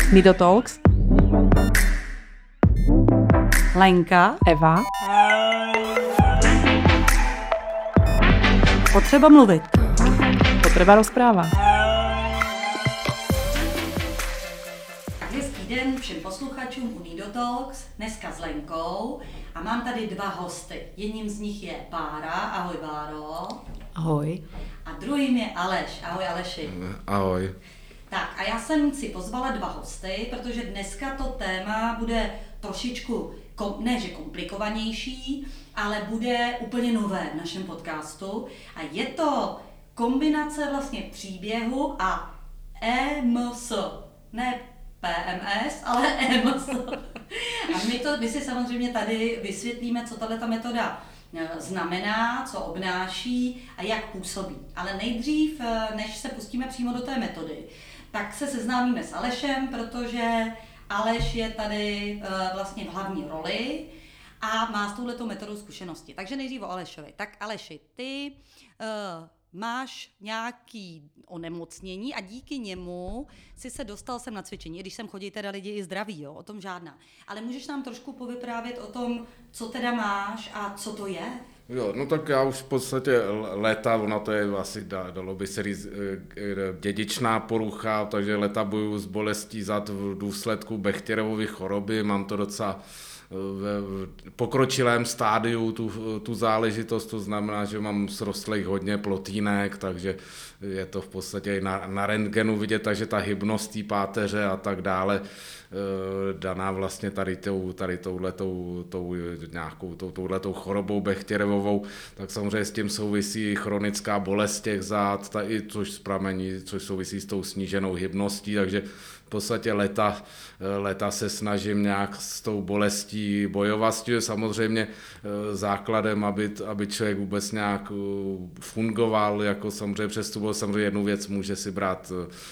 Nido Talks. Lenka. Eva. Potřeba mluvit. Potreba rozpráva. Hezký den všem posluchačům u Nido Talks, dneska s Lenkou a mám tady dva hosty. Jedním z nich je Bára, ahoj Báro. Ahoj. A druhým je Aleš, ahoj Aleši. Ahoj. Tak a já jsem si pozvala dva hosty, protože dneska to téma bude trošičku, ne že komplikovanější, ale bude úplně nové v našem podcastu. A je to kombinace vlastně příběhu a EMS, ne PMS, ale EMS. A my si samozřejmě tady vysvětlíme, co tato metoda znamená, co obnáší a jak působí. Ale nejdřív, než se pustíme přímo do té metody, tak se seznámíme s Alešem, protože Aleš je tady vlastně v hlavní roli a má s touhletou metodou zkušenosti. Takže nejdřív o Alešovi. Tak Aleši, ty máš nějaký onemocnění a díky němu si se dostal sem na cvičení, když sem chodí teda lidi i zdraví, jo, o tom žádná. Ale můžeš nám trošku povyprávět o tom, co teda máš a co to je? Jo, no tak já už v podstatě léta, ona to je asi, dalo by se říct, dědičná porucha, takže léta bojuju s bolestí zad v důsledku Bechterelovy choroby, mám to docela v pokročilém stádiu tu záležitost, to znamená, že mám srostlých hodně plotínek, takže je to v podstatě i na rentgenu vidět, takže ta hybnost té páteře a tak dále daná vlastně tady touhletou chorobou Bechterelovou, tak samozřejmě s tím souvisí chronická bolest těch zád, což souvisí s tou sníženou hybností, takže v podstatě leta se snažím nějak s tou bolestí bojovat, s tím samozřejmě základem, aby člověk vůbec nějak fungoval, jako samozřejmě přes tu bolest, samozřejmě jednu věc může si brát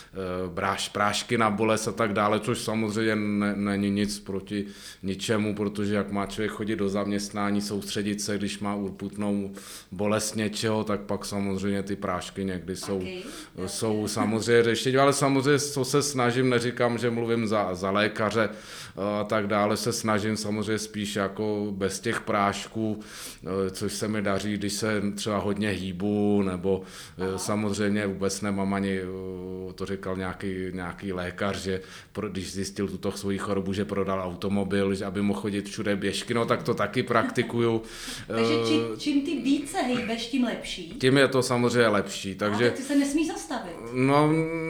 prášky na bolest a tak dále, což samozřejmě není nic proti ničemu, protože jak má člověk chodit do zaměstnání, soustředit se, když má urputnou bolest něčeho, tak pak samozřejmě ty prášky někdy jsou samozřejmě řešit, ale samozřejmě co se snažím, neříkám, že mluvím za lékaře a tak dále, se snažím samozřejmě spíš jako bez těch prášků, což se mi daří, když se třeba hodně hýbu, nebo samozřejmě vůbec nemám ani, to říkal nějaký lékař, že když zjistil tuto svoji chorobu, že prodal automobil, že aby mohl chodit všude běžky, no tak to taky praktikuju. Takže čím ty více hýbeš, tím lepší? Tím je to samozřejmě lepší, takže... Ale ty se nesmí zastavit. No,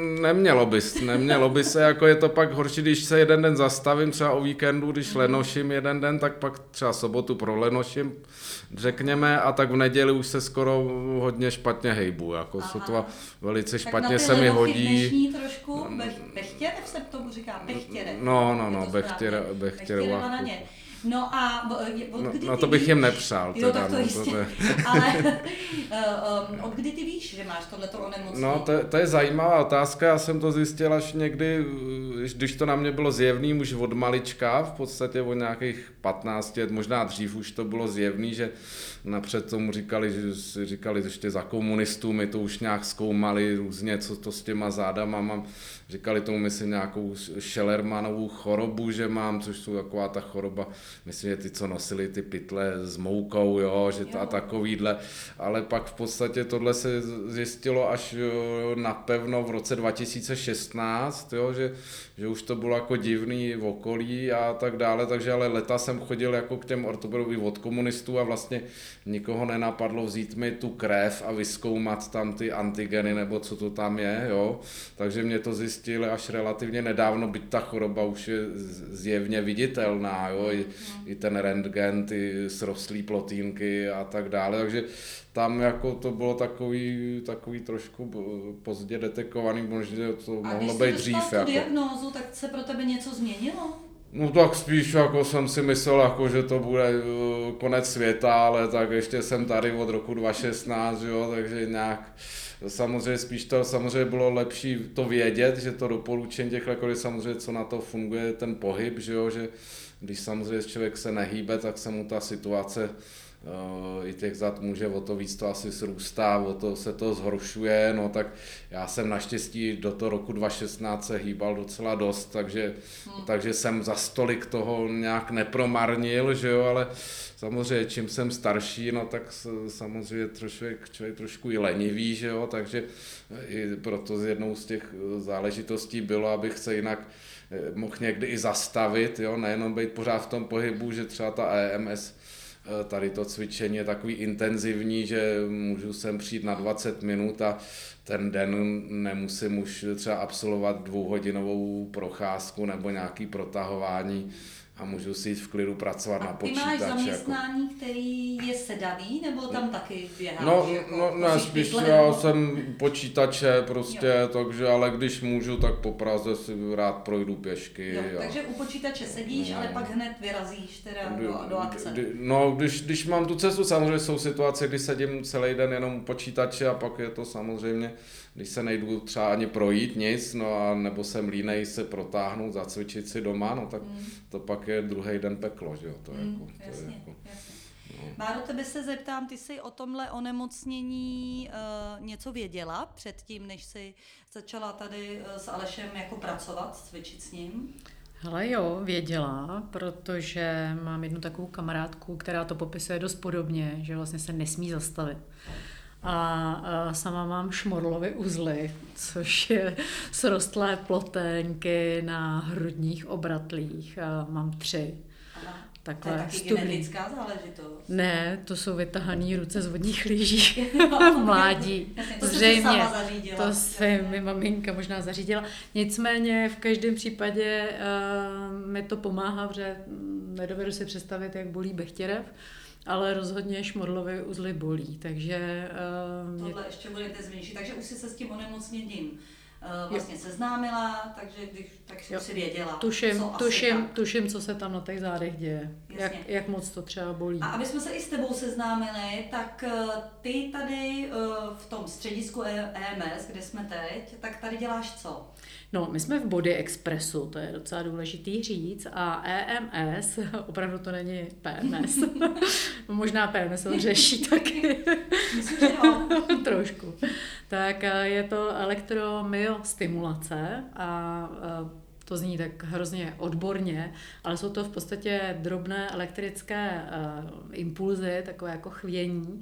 nemělo by se, jako je to pak horší, když se jeden den zastavím, třeba o víkendu, když lenoším jeden den, tak pak třeba sobotu prolenoším, řekněme, a tak v neděli už se skoro hodně špatně hejbu, jako sotva velice špatně se mi hodí. Dnešní trošku, Bechterev se tomu říká, Bechterev. No, Bechterev. No a no to bych jim nepřál. Jo, tak to jistě. Ale od kdy ty víš, že máš tohleto onemocnění? No, to je zajímavá otázka, já jsem to zjistil až někdy, když to na mě bylo zjevný, už od malička, v podstatě od nějakých 15 let, možná dřív už to bylo zjevný, že napřed tomu říkali, že ještě za komunistů, my to už nějak zkoumali různě, co to s těma zádama mám. Říkali tomu, myslím, nějakou Schellermanovu chorobu, že mám, což jsou taková ta choroba, myslím, že ty, co nosili ty pytle s moukou, jo, že to a takovýhle, ale pak v podstatě tohle se zjistilo až napevno v roce 2016, jo, že už to bylo jako divný v okolí a tak dále, takže ale leta jsem chodil jako k těm ortopedům od komunistů a vlastně nikoho nenapadlo vzít mi tu krev a vyzkoumat tam ty antigeny, nebo co to tam je, jo, takže mě to zjistili až relativně nedávno, byť ta choroba už je zjevně viditelná, jo, i ten rentgen, ty srostlý plotínky a tak dále, takže tam jako to bylo takový trošku pozdě detekovaný, možná to mohlo být dřív. A když jsi dostal tu diagnózu, tak se pro tebe něco změnilo? No tak spíš jako jsem si myslel, jako, že to bude konec světa, ale tak ještě jsem tady od roku 2016, jo, takže nějak samozřejmě bylo lepší to vědět, že to doporučení těch lékařů, samozřejmě co na to funguje, ten pohyb, že jo, že když samozřejmě člověk se nehýbe, tak se mu ta situace i těch zad může o to víc to asi zrůstá, o to se to zhoršuje, no tak já jsem naštěstí do toho roku 2016 se hýbal docela dost, takže jsem za stolik toho nějak nepromarnil, že jo, ale samozřejmě čím jsem starší, no tak samozřejmě člověk trošku i lenivý, že jo, takže i proto jednou z těch záležitostí bylo, abych se jinak mohl někdy i zastavit, jo, nejenom být pořád v tom pohybu, že třeba ta EMS, tady to cvičení je takový intenzivní, že můžu sem přijít na 20 minut a ten den nemusím už třeba absolvovat 2hodinovou procházku nebo nějaký protahování a můžu si jít v klidu pracovat na počítači. Ty máš zaměstnání, který je sedavý, nebo tam taky běháš? Ne, spíš já jsem počítače prostě, takže, ale když můžu, tak po Praze si rád projdu pěšky. Jo, takže u počítače sedíš, ale pak hned vyrazíš teda do akce. Když mám tu cestu, samozřejmě jsou situace, kdy sedím celý den jenom u počítače a pak je to samozřejmě, když se nejdu třeba ani projít nic, no a nebo jsem línej se protáhnout, zacvičit si doma, no tak to pak je druhý den peklo, že jo, Jasně. Báro, tebe se zeptám, ty jsi o tomhle onemocnění něco věděla předtím, než jsi začala tady s Alešem jako pracovat, cvičit s ním? Hele jo, věděla, protože mám jednu takovou kamarádku, která to popisuje dost podobně, že vlastně se nesmí zastavit. A sama mám šmorlovy uzly, což je srostlé ploténky na hrudních obratlích. Mám 3. To je taky genetická záležitost. Ne, to jsou vytahané ruce z vodních lyží v mládí. Zřejmě, to se mi maminka možná zařídila. Nicméně v každém případě mi to pomáhá, protože nedovedu si představit, jak bolí bechtěrev, ale rozhodně šmorlové uzly bolí, takže... Tohle ještě bude intenzivnější, takže už jsi se s tím onemocněním vlastně seznámila, takže tak si věděla, tuším, co se tam na těch zádech děje, jak moc to třeba bolí. A aby jsme se i s tebou seznámili, tak ty tady v tom středisku EMS, kde jsme teď, tak tady děláš co? No, my jsme v Body Expressu, to je docela důležitý říct, a EMS, opravdu to není PMS, možná PMS to řeší taky. Myslím, že jo. Trošku. Tak je to elektromyostimulace a to zní tak hrozně odborně, ale jsou to v podstatě drobné elektrické impulzy, takové jako chvění,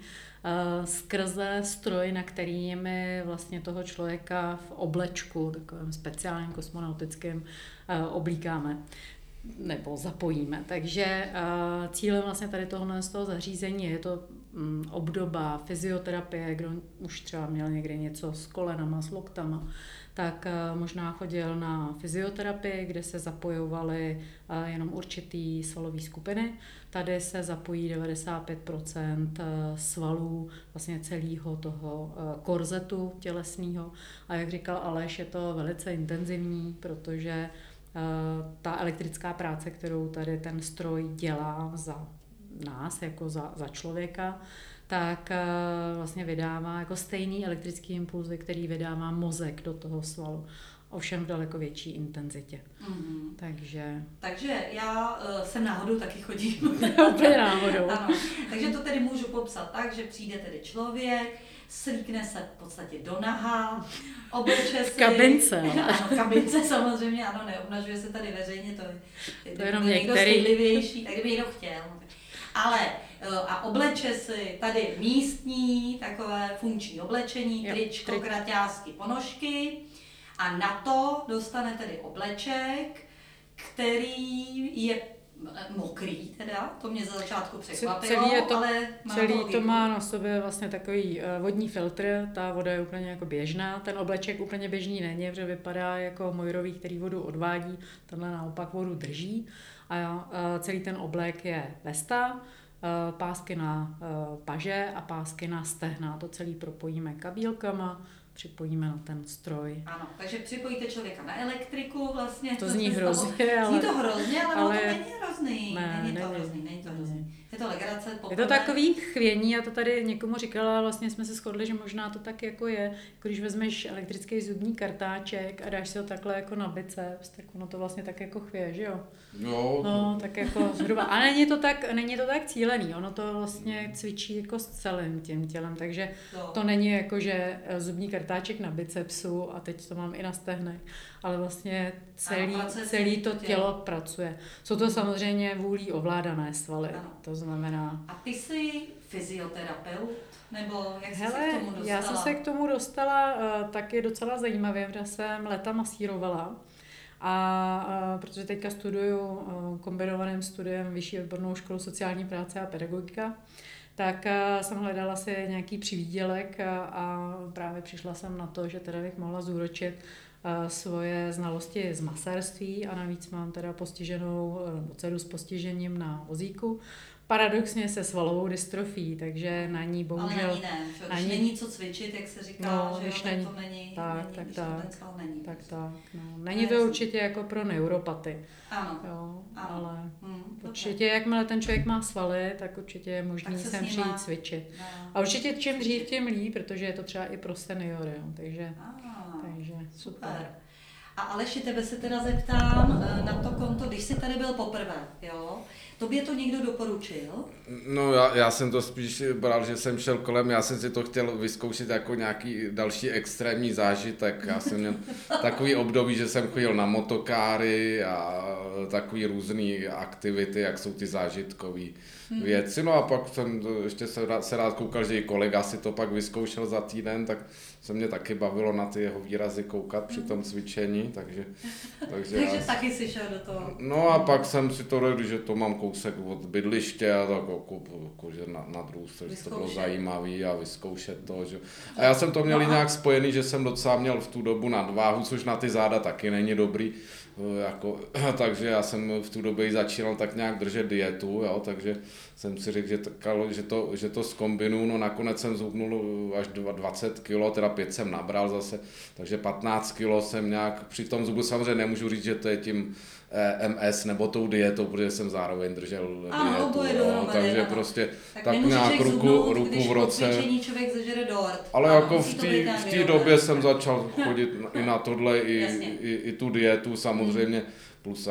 skrze stroj, na který my vlastně toho člověka v oblečku, takovém speciálním kosmonautickém, oblíkáme nebo zapojíme. Takže cílem vlastně tady tohle z toho zařízení je to obdoba fyzioterapie, kdo už třeba měl někdy něco s kolenama, s loktama, tak možná chodil na fyzioterapii, kde se zapojovaly jenom určitý svalové skupiny. Tady se zapojí 95% svalů vlastně celého toho korzetu tělesného. A jak říkal Aleš, je to velice intenzivní, protože ta elektrická práce, kterou tady ten stroj dělá za nás, jako za člověka, tak vlastně vydává jako stejný elektrický impulzy, který vydává mozek do toho svalu, ovšem v daleko větší intenzitě. Mm-hmm. Takže já sem náhodou taky chodím. Úplně náhodou. Ano. Takže to tedy můžu popsat tak, že přijde tedy člověk, slíkne se v podstatě do naha, obleče si... V kabince. Ano, v kabince samozřejmě, ano, neobnažuje se tady veřejně, to je jenom někdo stydlivější, tak kdyby někdo chtěl. Ale a obleče si tady místní takové funkční oblečení, tričko, kraťásky, ponožky a na to dostane tedy obleček, který je mokrý teda, to mě za začátku překvapilo, ale má to má na sobě vlastně takový vodní filtr, ta voda je úplně jako běžná, ten obleček úplně běžný není, protože vypadá jako mojrový, který vodu odvádí, tenhle naopak vodu drží a celý ten oblek je vesta, pásky na paže a pásky na stehna. To celý propojíme kabílkama, připojíme na ten stroj. Ano, takže připojíte člověka na elektriku vlastně. To zní hrozně, ale... Zní to hrozně, ale ale... to není hrozný. Není to hrozný. Je to legrace. Je to takový chvění, já to tady někomu říkala, vlastně jsme se shodli, že možná to tak jako je, jako když vezmeš elektrický zubní kartáček a dáš si ho takhle jako na biceps, tak ono to vlastně tak jako chvěje, že jo? No, tak jako zhruba. A není to tak cílený, ono to vlastně cvičí jako s celým tím tělem, takže to není jako, že zubní kartáček na bicepsu a teď to mám i na stehnech, ale vlastně celý to tělo pracuje. Jsou to samozřejmě vůlí ovládané svaly, to znamená... A ty jsi fyzioterapeut? Nebo jak jsi se k tomu dostala? Já jsem se k tomu dostala taky docela zajímavě, protože jsem léta masírovala. A protože teďka studuju kombinovaným studiem Vyšší odbornou školu sociální práce a pedagogika, tak jsem hledala si nějaký přivídělek a právě přišla jsem na to, že teda bych mohla zúročit svoje znalosti z masérství a navíc mám teda dceru s postižením na vozíku. Paradoxně se svalovou dystrofí, takže na ní bohužel... Ale na ní není co cvičit, jak se říká, že když není, to není, ten sval není. Tak. Není to určitě jako pro neuropaty. Ano. Ale určitě, jakmile ten člověk má svaly, tak určitě je možný sem přijít cvičit. A určitě čím dřív, tím líp, protože je to třeba i pro seniory, takže super. A Aleši, tebe se teda zeptám na to konto, když jsi tady byl poprvé, jo? Tobě to někdo doporučil? No já jsem to spíš bral, že jsem šel kolem, já jsem si to chtěl vyzkoušet jako nějaký další extrémní zážitek. Já jsem měl takový období, že jsem chodil na motokáry a takový různý aktivity, jak jsou ty zážitkové věci. No a pak jsem ještě se rád koukal, že i kolega si to pak vyzkoušel za týden, tak se mě taky bavilo na ty jeho výrazy koukat při tom cvičení, takže taky si šel do toho. No a pak jsem si to řekl, že to mám kousek od bydliště a tak že na druhou stranu to bylo zajímavý a vyzkoušet to. Že... A já jsem to měl nějak spojený, že jsem docela měl v tu dobu nadváhu, což na ty záda taky není dobrý. Takže já jsem v tu době začínal tak nějak držet dietu, jo, takže jsem si řekl, že to zkombinuju, no nakonec jsem zhubnul až 20 kg, teda 5 jsem nabral zase, takže 15 kg jsem nějak, při tom zubu samozřejmě nemůžu říct, že to je tím MS nebo tou dietou, protože jsem zároveň držel dietu, takže prostě tak nějak ruku v roce. Člověk zažere dort. Ale jako v té době jsem začal chodit i na tohle, i tu dietu samozřejmě, plus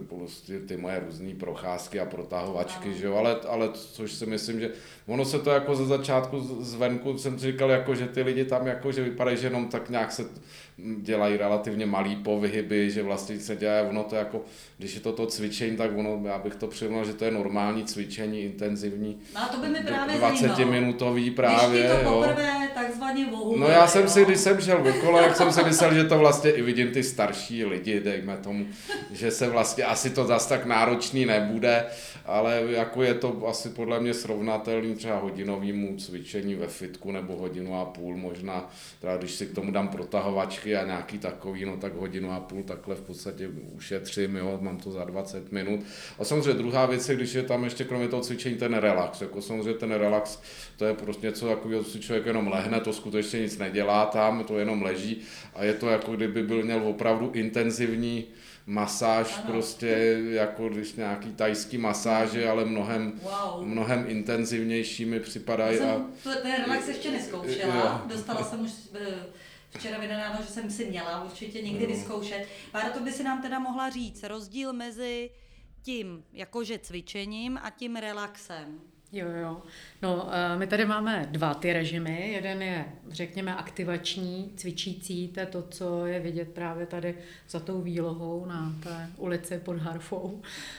ty moje různé procházky a protahovačky, že jo, ale což si myslím, že ono se to jako ze začátku zvenku jsem si říkal, jako, že ty lidi tam jako, že vypadají, že jenom tak nějak se dělají relativně malý pohyby, že vlastně se dělá ono to jako, když je to cvičení, tak ono, já bych to přirovnal, že to je normální cvičení, intenzivní. No a to by mi právě 20-minutový právě, když ti to poprvé takzvaně vohulé. No já jsem si, když jsem šel okolo, jak jsem si myslel, že to vlastně i vidím ty starší lidi, dejme tomu, že se vlastně asi to zas tak náročný nebude, ale jako je to asi podle mě srovnatelný třeba hodinovýmu cvičení ve fitku nebo 1,5 hodiny možná, teda když si k tomu dám protahovačky a nějaký takový, no tak 1,5 hodiny takhle v podstatě ušetřím, jo, mám to za 20 minut. A samozřejmě druhá věc je, když je tam ještě kromě toho cvičení ten relax, jako samozřejmě ten relax, to je prostě něco takového, si člověk jenom lehne, to skutečně nic nedělá tam, to jenom leží a je to jako kdyby měl opravdu intenzivní masáž, prostě jako když nějaký tajský masáže, ale mnohem intenzivnější mi připadají. Ten relax ještě neskoušela, dostala jsem už včera vydanáno, že jsem si měla určitě někdy vyzkoušet. Pára, to by si nám teda mohla říct, rozdíl mezi tím jakože cvičením a tím relaxem. Jo. No, my tady máme 2 ty režimy. Jeden je, řekněme, aktivační, cvičící, to je to, co je vidět právě tady za tou výlohou na té ulici pod Harfou,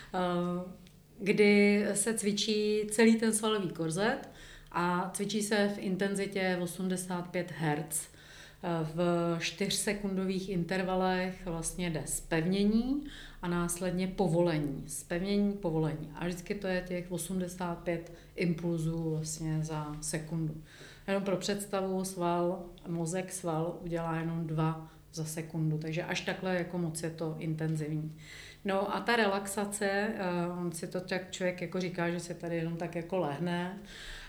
kdy se cvičí celý ten svalový korzet a cvičí se v intenzitě 85 Hz. V 4sekundových intervalech vlastně jde zpevnění a následně povolení. Zpevnění, povolení. A vždycky to je těch 85 impulzů vlastně za sekundu. Jenom pro představu, mozek sval udělá jenom 2 za sekundu, takže až takhle jako moc je to intenzivní. No a ta relaxace, on si to tak člověk jako říká, že se tady jenom tak jako lehne,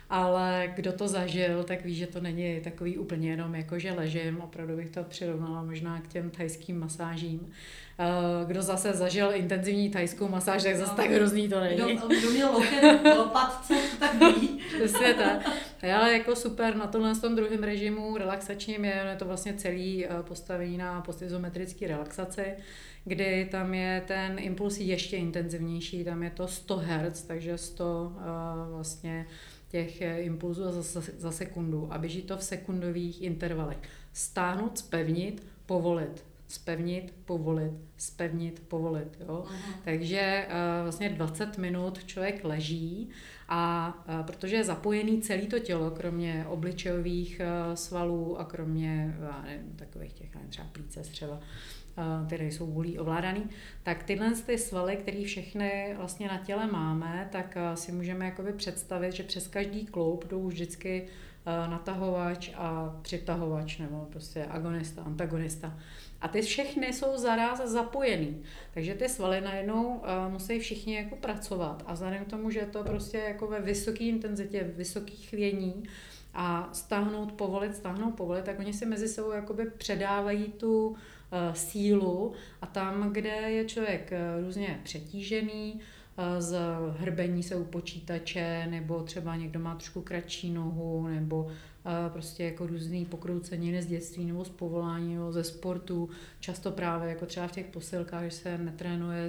ale kdo to zažil, tak ví, že to není takový úplně jenom jako, že ležím, opravdu bych to přirovnala možná k těm thajským masážím. Kdo zase zažil intenzivní thajskou masáž, tak zase tak hrozný to není. Kdo měl loket v lopatce, tak ví. Přesně tak. Ale jako super na tomhle tom druhém režimu relaxačním je to vlastně celý postavení na postizometrické relaxaci, kdy tam je ten impuls ještě intenzivnější, tam je to 100 Hz, takže 100 vlastně těch impulzů za sekundu a běží to v sekundových intervalech. Stáhnout, zpevnit, povolit. Zpevnit, povolit, zpevnit, povolit. Jo? Takže vlastně 20 minut člověk leží a protože je zapojený celý to tělo, kromě obličejových svalů a kromě takových těch třeba plíce střeva, které jsou vůlí ovládaný, tak tyhle ty svaly, které všechny vlastně na těle máme, tak si můžeme jakoby představit, že přes každý kloub jdou vždycky natahovač a přitahovač, nebo prostě agonista, antagonista. A ty všechny jsou zaráz zapojený. Takže ty svaly najednou musí všichni jako pracovat. A vzhledem k tomu, že je to prostě jako ve vysoké intenzitě, vysoký chvění a stáhnout, povolit, tak oni si mezi sebou jakoby předávají tu sílu a tam, kde je člověk různě přetížený, z hrbení se u počítače, nebo třeba někdo má trošku kratší nohu, nebo prostě jako různý pokrouceniny z dětství nebo z povolání nebo ze sportu. Často právě jako třeba v těch posilkách, když se netrénuje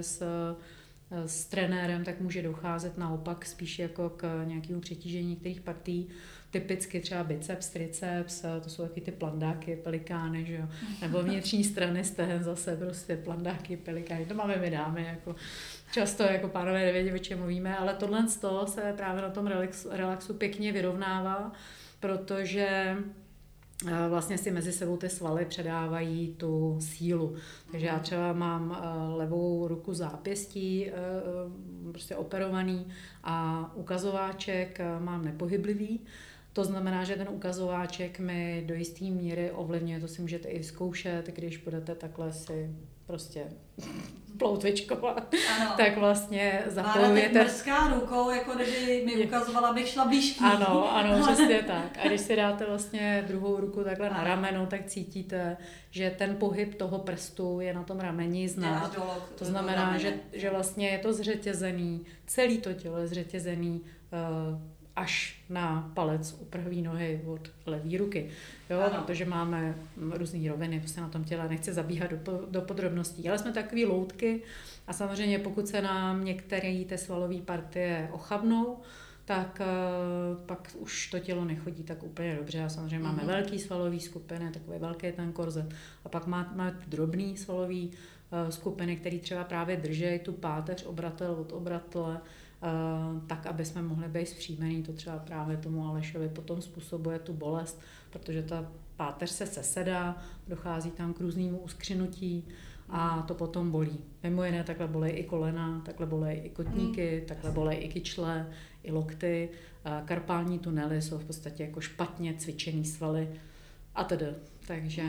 s trenérem, tak může docházet naopak spíš jako k nějakému přetížení některých partií. Typicky třeba biceps, triceps, to jsou taky ty plandáky, pelikány, že jo? Nebo vnitřní strany stehen zase prostě plandáky, pelikány, to máme my dámy, jako často jako pánové nevědí, o čem mluvíme, ale tohle se právě na tom relaxu pěkně vyrovnává, protože vlastně si mezi sebou ty svaly předávají tu sílu. Takže já třeba mám levou ruku zápěstí prostě operovaný a ukazováček mám nepohyblivý. To znamená, že ten ukazováček mi do jisté míry ovlivňuje, to si můžete i zkoušet, když budete takhle si prostě ploutvičkovat, tak vlastně zapojujete. Mára mrzká rukou, jako kdyby mi ukazovala, abych šla blíž. Ano, přesně tak. A když si dáte vlastně druhou ruku takhle na rameno, tak cítíte, že ten pohyb toho prstu je na tom rameni znát. To znamená, že vlastně je to zřetězený, celý to tělo je zřetězený až na palec u pravé nohy od levé ruky. Jo, protože máme různé roviny prostě na tom těle, nechci zabíhat do podrobností, ale jsme takový loutky a samozřejmě pokud se nám některé ty svalové partie ochabnou, tak pak už to tělo nechodí tak úplně dobře. A samozřejmě máme velký svalový skupiny, takový velký ten korzet. A pak máme drobný svalový skupiny, které třeba právě drží tu páteř obratel od obratele, tak, aby jsme mohli být zpříjmený. To třeba právě tomu Alešovi potom způsobuje tu bolest, protože ta páteř se sesedá, dochází tam k různému uskřinutí a to potom bolí. Mimo jiné takhle bolej i kolena, takhle bolej i kotníky, takhle bolej i kyčle, i lokty. Karpální tunely jsou v podstatě jako špatně cvičený svaly a tedy. Takže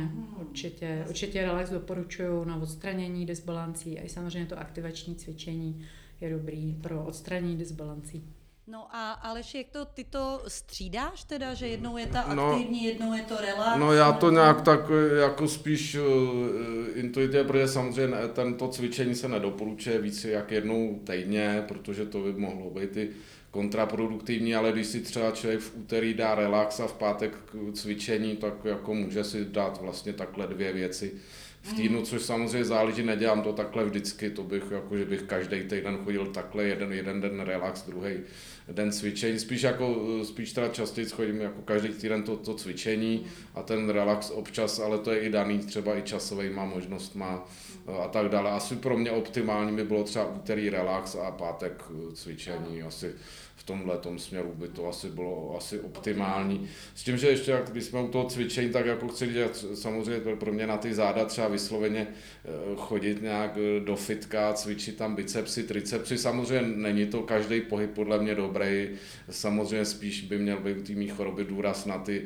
určitě relax doporučuju na odstranění dysbalancí a i samozřejmě to aktivační cvičení je dobrý pro odstranění dysbalancí. No a Aleši, jak to ty to střídáš teda, že jednou je ta aktivní, jednou je to relax? No já to nějak tak jako spíš intuitivně, protože samozřejmě tento cvičení se nedoporučuje víc jak jednou týdně, protože to by mohlo být i kontraproduktivní, ale když si třeba člověk v úterý dá relax a v pátek cvičení, tak jako může si dát vlastně takhle 2 věci v týdnu, což samozřejmě záleží, nedělám to takhle vždycky, to bych jako, že bych každý týden chodil takhle, jeden den relax, druhý den cvičení, spíš teda častěji chodím jako každý týden to cvičení a ten relax občas, ale to je i daný třeba i časovejma možnostma a tak dále. Asi pro mě optimální by bylo třeba úterý relax a pátek cvičení, asi v tomhletom směru by to asi bylo optimální. S tím, že ještě, když jsme u toho cvičení, tak jako chci dělat samozřejmě pro mě na ty záda třeba vysloveně chodit nějak do fitka, cvičit tam bicepsy, tricepsy. Samozřejmě není to každý pohyb podle mě dobrý. Samozřejmě spíš by měl být u té mý choroby důraz na ty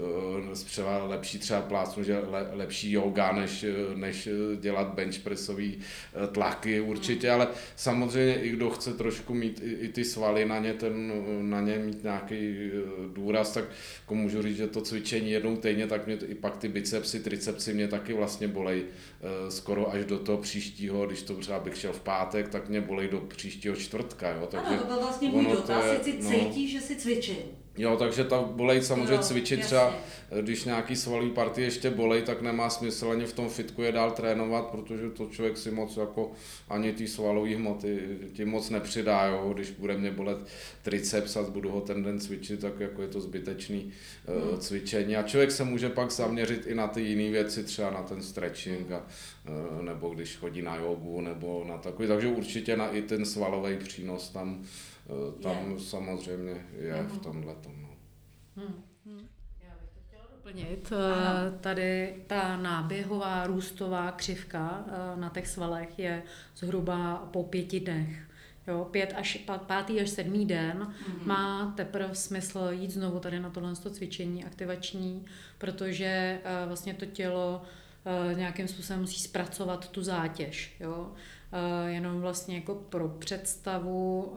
třeba lepší třeba plácnu, že lepší yoga, než dělat benchpressový tlaky určitě, ale samozřejmě i kdo chce trošku mít i ty svaly na ně na ně mít nějaký důraz, tak jako můžu říct, že to cvičení jednou týdně, tak mě i pak ty bicepsy, tricepsy mě taky vlastně bolej skoro až do toho příštího, když to třeba bych šel v pátek, tak mě bolej do příštího čtvrtka, jo. Takže ano, to byl vlastně můj dotaz, jestli cítíš, že jsi cvičil. Jo, takže ta bolej samozřejmě cvičit jasně. třeba, když nějaký svalový partie ještě bolej, tak nemá smysl ani v tom fitku je dál trénovat, protože to člověk si moc jako ani ty svalový hmoty tím moc nepřidá, jo. Když bude mě bolet triceps a budu ho ten den cvičit, tak jako je to zbytečný cvičení a člověk se může pak zaměřit i na ty jiné věci, třeba na ten stretching nebo když chodí na jogu nebo na takový, takže určitě na i ten svalový přínos tam samozřejmě je v tomhletom. No. Já bych to chtěla doplnit. Tady ta náběhová růstová křivka na těch svalech je zhruba po 5 dnech. Jo, 5. až 7. den má teprve smysl jít znovu tady na tohle cvičení aktivační, protože vlastně to tělo nějakým způsobem musí zpracovat tu zátěž. Jo? Jenom vlastně jako pro představu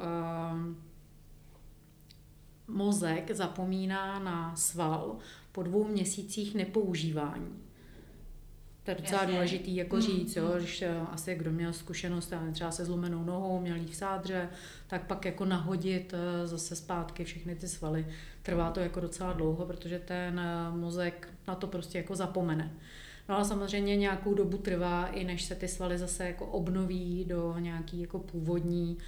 mozek zapomíná na sval po 2 měsících nepoužívání. To je docela důležitý jako říct, jo? Když asi kdo měl zkušenost třeba se zlomenou nohou, měl jít v sádře, tak pak jako nahodit zase zpátky všechny ty svaly. Trvá to jako docela dlouho, protože ten mozek na to prostě jako zapomene. No a samozřejmě nějakou dobu trvá, i než se ty svaly zase jako obnoví do nějaký jako původní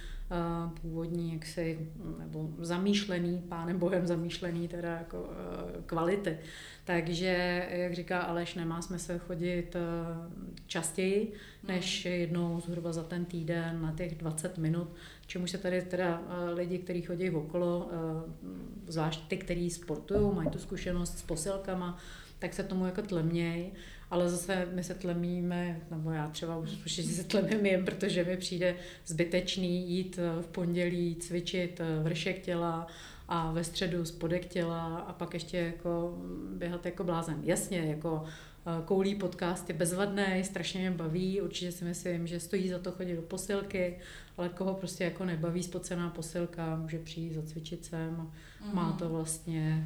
jaksi, nebo zamýšlený, Pánem Bohem zamýšlený teda jako kvality. Takže, jak říká Aleš, nemá smysl chodit častěji, než jednou zhruba za ten týden na těch 20 minut, čemuž se tady teda lidi, kteří chodí okolo, zvlášť ty, kteří sportují, mají tu zkušenost s posilkama, tak se tomu jako tlemněj, ale zase my se tlemíme, nebo já třeba už určitě se tlemím jen, protože mi přijde zbytečný jít v pondělí cvičit vršek těla a ve středu spodek těla a pak ještě jako běhat jako blázen. Jasně, jako koulí podcast je bezvadný, strašně mě baví, určitě si myslím, že stojí za to chodit do posilky, ale koho prostě jako nebaví spocená posilka, může přijít zacvičit sem, má to vlastně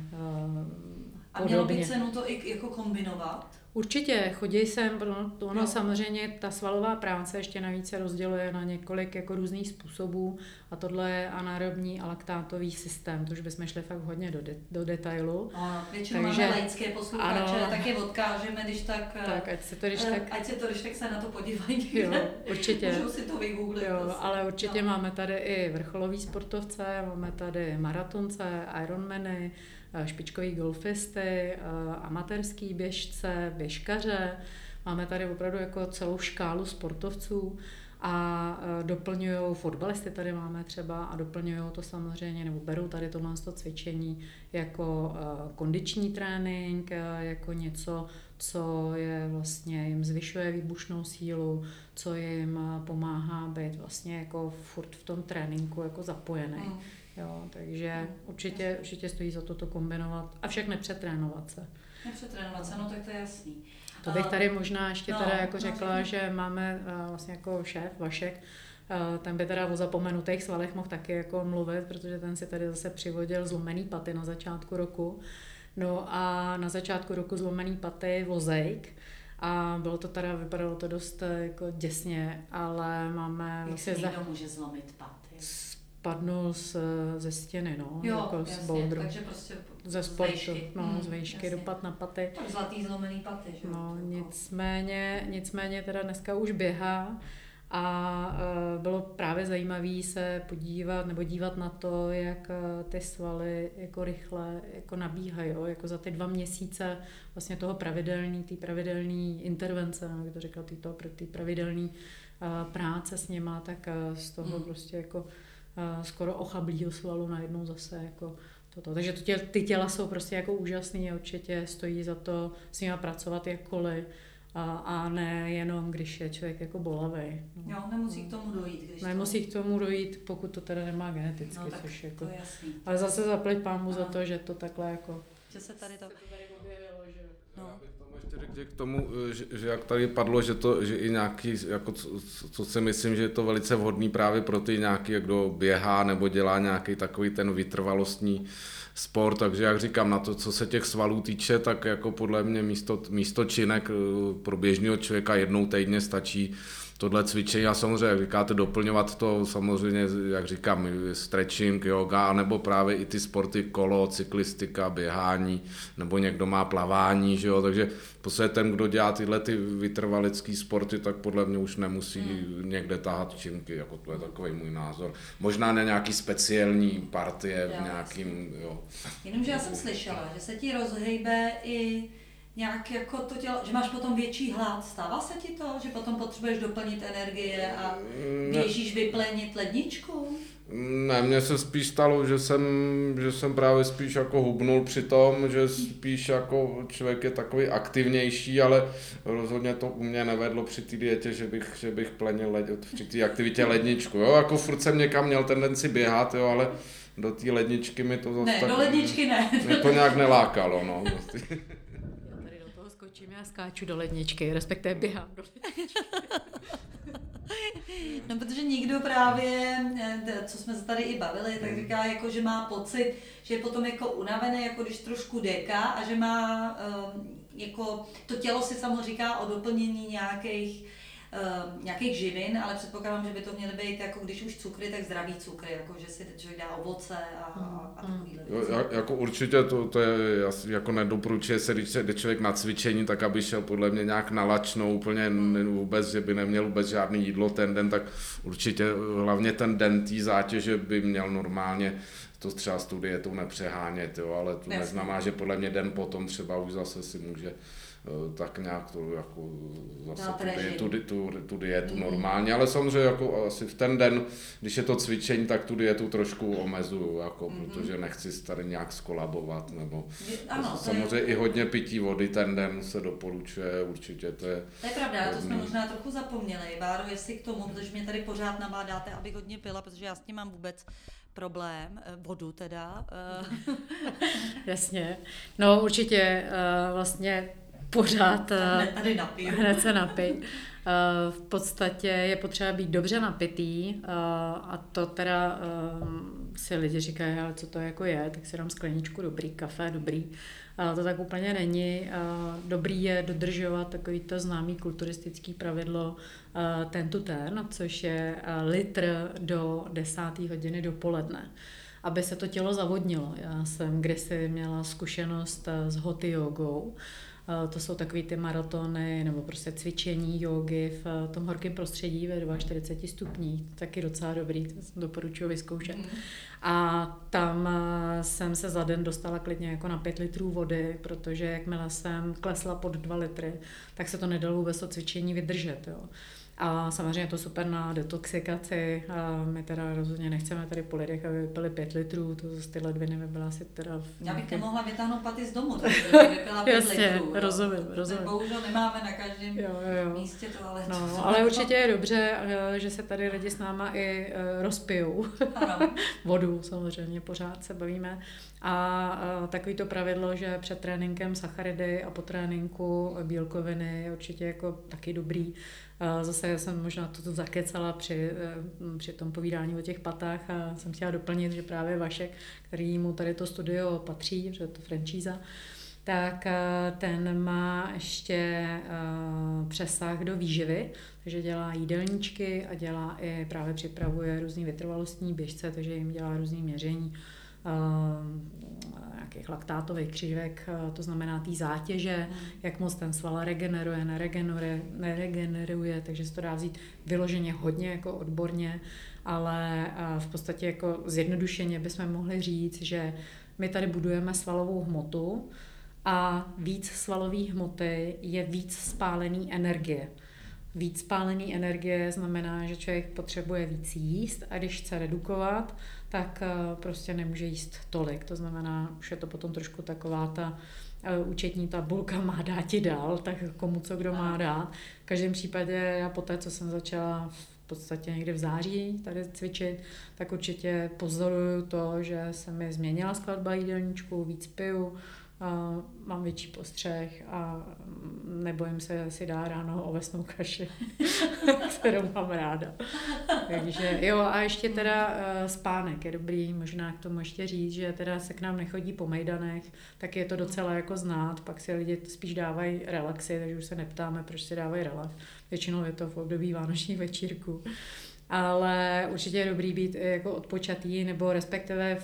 a mělo by cenu to i jako kombinovat? Určitě, chodí sem, ono samozřejmě ta svalová práce ještě navíc se rozděluje na několik jako různých způsobů a tohle je anaerobní a laktátový systém, to už bychom šli fakt hodně do detailu. Většinou máme laické posluchače, tak je odkážeme, když tak... Tak, ať se to když tak se na to podívají. Jo, určitě. Můžou si to vygooglit. Jo, ale určitě máme tady i vrcholový sportovce, máme tady maratonce, ironmany, špičkový golfisty, amatérský běžce, běžkaře. Máme tady opravdu jako celou škálu sportovců a doplňují fotbalisty tady máme třeba a doplňují to samozřejmě, nebo berou tady tohle cvičení jako kondiční trénink, jako něco, co je vlastně jim zvyšuje výbušnou sílu, co jim pomáhá být vlastně jako furt v tom tréninku jako zapojený. Jo, takže určitě stojí za to kombinovat, avšak nepřetrénovat se. Nepřetrénovat se, no tak to je jasný. To bych tady možná ještě teda jako řekla, že máme vlastně jako šéf Vašek, ten by teda o zapomenutých svalech mohl taky jako mluvit, protože ten si tady zase přivodil zlomený paty na začátku roku. No a na začátku roku zlomený paty vozejk. A vypadalo to dost jako děsně, ale máme... Jak se někdo může zlomit paty? Spadnul ze stěny, no, jo, jako jasně, z bouldru. Takže prostě ze sportu, z výšky, dopad na paty. Tak zlatý zlomený paty, že? No, nicméně teda dneska už běhá a bylo právě zajímavé se podívat nebo dívat na to, jak ty svaly jako rychle jako nabíhají, jo? Jako za ty 2 měsíce vlastně toho pravidelný intervence, jak to řekla, ty pravidelný práce s něma, tak z toho prostě jako skoro ochablýho svalu najednou zase jako toto. Takže ty těla jsou prostě jako úžasný a určitě stojí za to s nimi pracovat jakkoliv a ne jenom, když je člověk jako bolavý. No. Jo, nemusí k tomu dojít. Nemusí k tomu dojít, pokud to teda nemá geneticky, no, tak což jako... To je jasný. Ale zase zaplať pámu za to, že to takhle jako... Že se tady to... objevilo, že... No. Já bych tomu ještě řekl, Že k tomu, že jak tady padlo, že i nějaký, jako co si myslím, že je to velice vhodný právě pro ty nějaký, kdo běhá nebo dělá nějaký takový ten vytrvalostní sport, takže jak říkám, na to, co se těch svalů týče, tak jako podle mě místo činek pro běžného člověka jednou týdně stačí tohle cvičení a samozřejmě, jak říkáte, doplňovat to samozřejmě, jak říkám, stretching, yoga, anebo právě i ty sporty kolo, cyklistika, běhání, nebo někdo má plavání, že jo, takže v podstatě ten, kdo dělá tyhle ty vytrvalecké sporty, tak podle mě už nemusí někde tahat činky, jako to je takový můj názor. Možná na nějaký speciální partie v nějakým, jo. Jenomže já jsem slyšela, že se ti rozhejbe i nějak jako to tělo, že máš potom větší hlad. Stává se ti to, že potom potřebuješ doplnit energie a běžíš vyplenit ledničku? Ne, mně se spíš stalo, že jsem právě spíš jako hubnul při tom, že spíš jako člověk je takový aktivnější, ale rozhodně to u mě nevedlo při té dietě, že bych plenil při té aktivitě ledničku. Jo, jako furt jsem někam měl tendenci běhat, jo, ale do té ledničky mi to zase ne, do ledničky ne. Mě to nějak nelákalo, no. Skočím, já skáču do ledničky, respektive běhám do ledničky. No, protože někdo právě, co jsme se tady i bavili, tak říká, jako, že má pocit, že je potom jako unavený, jako když trošku deká a že má, jako, to tělo si samozřejmě říká o doplnění nějakých živin, ale předpokládám, že by to měly být, jako když už cukry, tak zdravý cukry, jako že si člověk dá ovoce a takovýhle věci. Jako určitě to je, jako nedoporučuje se, když jde člověk na cvičení, tak aby šel podle mě nějak nalačno, úplně vůbec, že by neměl vůbec žádný jídlo ten den, tak určitě hlavně ten den té zátěže by měl normálně to třeba s tou dietou nepřehánět, jo, ale to neznamená, že podle mě den potom třeba už zase si může tak nějak to jako zase tu dietu normálně, ale samozřejmě jako asi v ten den, když je to cvičení, tak tu dietu trošku omezuju, jako, protože nechci tady nějak skolabovat, nebo ano, samozřejmě i hodně pití vody ten den se doporučuje, určitě to je. To je pravda, to jsme možná trochu zapomněli. Báro, jestli k tomu, protože mě tady pořád nabádáte, abych hodně pila, protože já s tím mám vůbec problém, vodu teda. Jasně, no určitě vlastně pořád hned se napij. V podstatě je potřeba být dobře napitý a to teda si lidi říkají, ale co to jako je, tak si dám skleničku dobrý, kafe dobrý. To tak úplně není. Dobrý je dodržovat takovýto známý kulturistický pravidlo ten to ten, což je litr do 10. hodiny dopoledne, aby se to tělo zavodnilo. Já jsem kdysi měla zkušenost s hot jogou. To jsou takový ty maratony nebo prostě cvičení jógy v tom horkém prostředí ve 42 stupních. Taky docela dobrý, to doporučuji vyzkoušet. A tam jsem se za den dostala klidně jako na 5 litrů vody, protože jakmile jsem klesla pod 2 litry, tak se to nedalo vůbec to cvičení vydržet. Jo. A samozřejmě je to super na detoxikaci. A my teda rozhodně nechceme tady po lidech, aby vypili 5 litrů, to z ty ledviny by byla asi teda... Já bych nemohla vytáhnout paty z domu, takže bych vypila 5 litrů. Rozumím. Bohužel nemáme na každém místě toaletu. No, ale určitě je dobře, že se tady lidi s náma i rozpijou. Vodu samozřejmě, pořád se bavíme. A takový to pravidlo, že před tréninkem sacharidy a po tréninku bílkoviny je určitě jako taky dobrý. Zase jsem možná to zakecala při tom povídání o těch patách a jsem chtěla doplnit, že právě Vašek, který mu tady to studio patří, že je to franšíza, tak ten má ještě přesah do výživy, takže dělá jídelníčky a dělá i právě připravuje různý vytrvalostní běžce, takže jim dělá různý měření nějakých laktátových křivek, to znamená té zátěže, jak moc ten sval regeneruje, neregeneruje, takže se to dá vzít vyloženě hodně jako odborně, ale v podstatě jako zjednodušeně bychom mohli říct, že my tady budujeme svalovou hmotu a víc svalové hmoty je víc spálený energie. Víc spálený energie znamená, že člověk potřebuje víc jíst a když chce redukovat, tak prostě nemůže jíst tolik. To znamená, už je to potom trošku taková ta účetní tabulka má dát ti dál, tak komu co kdo má dát. V každém případě já poté, co jsem začala v podstatě někdy v září tady cvičit, tak určitě pozoruju to, že se mi změnila skladba jídelníčku, víc piju, mám větší postřeh a nebojím se si dát ráno ovesnou kaši, kterou mám ráda. Takže jo, a ještě teda spánek je dobrý, možná k tomu ještě říct, že teda se k nám nechodí po mejdanech, tak je to docela jako znát, pak si lidi spíš dávají relaxy, takže už se neptáme, proč si dávají relax. Většinou je to v období vánočních večírků. Ale určitě je dobrý být jako odpočatý, nebo respektive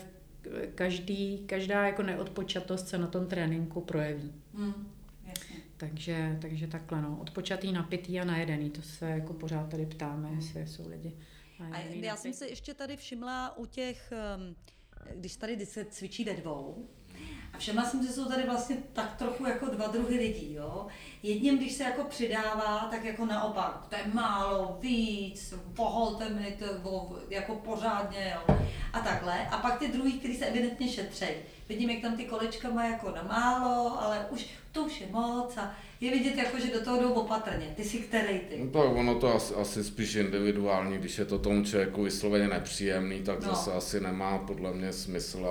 každá jako neodpočatost se na tom tréninku projeví. Jasně. Takže takhle, no. Odpočatý, napitý a najedený, to se jako pořád tady ptáme, jestli jsou lidi najedený. A já jsem se ještě tady všimla u těch, když tady se cvičí ve dvou, a všimla jsem, že jsou tady vlastně tak trochu jako dva druhy lidí, jo. Jedním, když se jako přidává, tak jako naopak, to je málo, víc, poholte mi to jako pořádně, jo. A takhle. A pak ty druhý, kteří se evidentně šetřejí. Vidím, jak tam ty kolečka mají jako na málo, ale to už je moc a je vidět, jako, že do toho jdou opatrně. Ty si který ty? No tak ono to asi spíš individuální, když je to tomu člověku vysloveně nepříjemný, tak zase asi nemá podle mě smysl,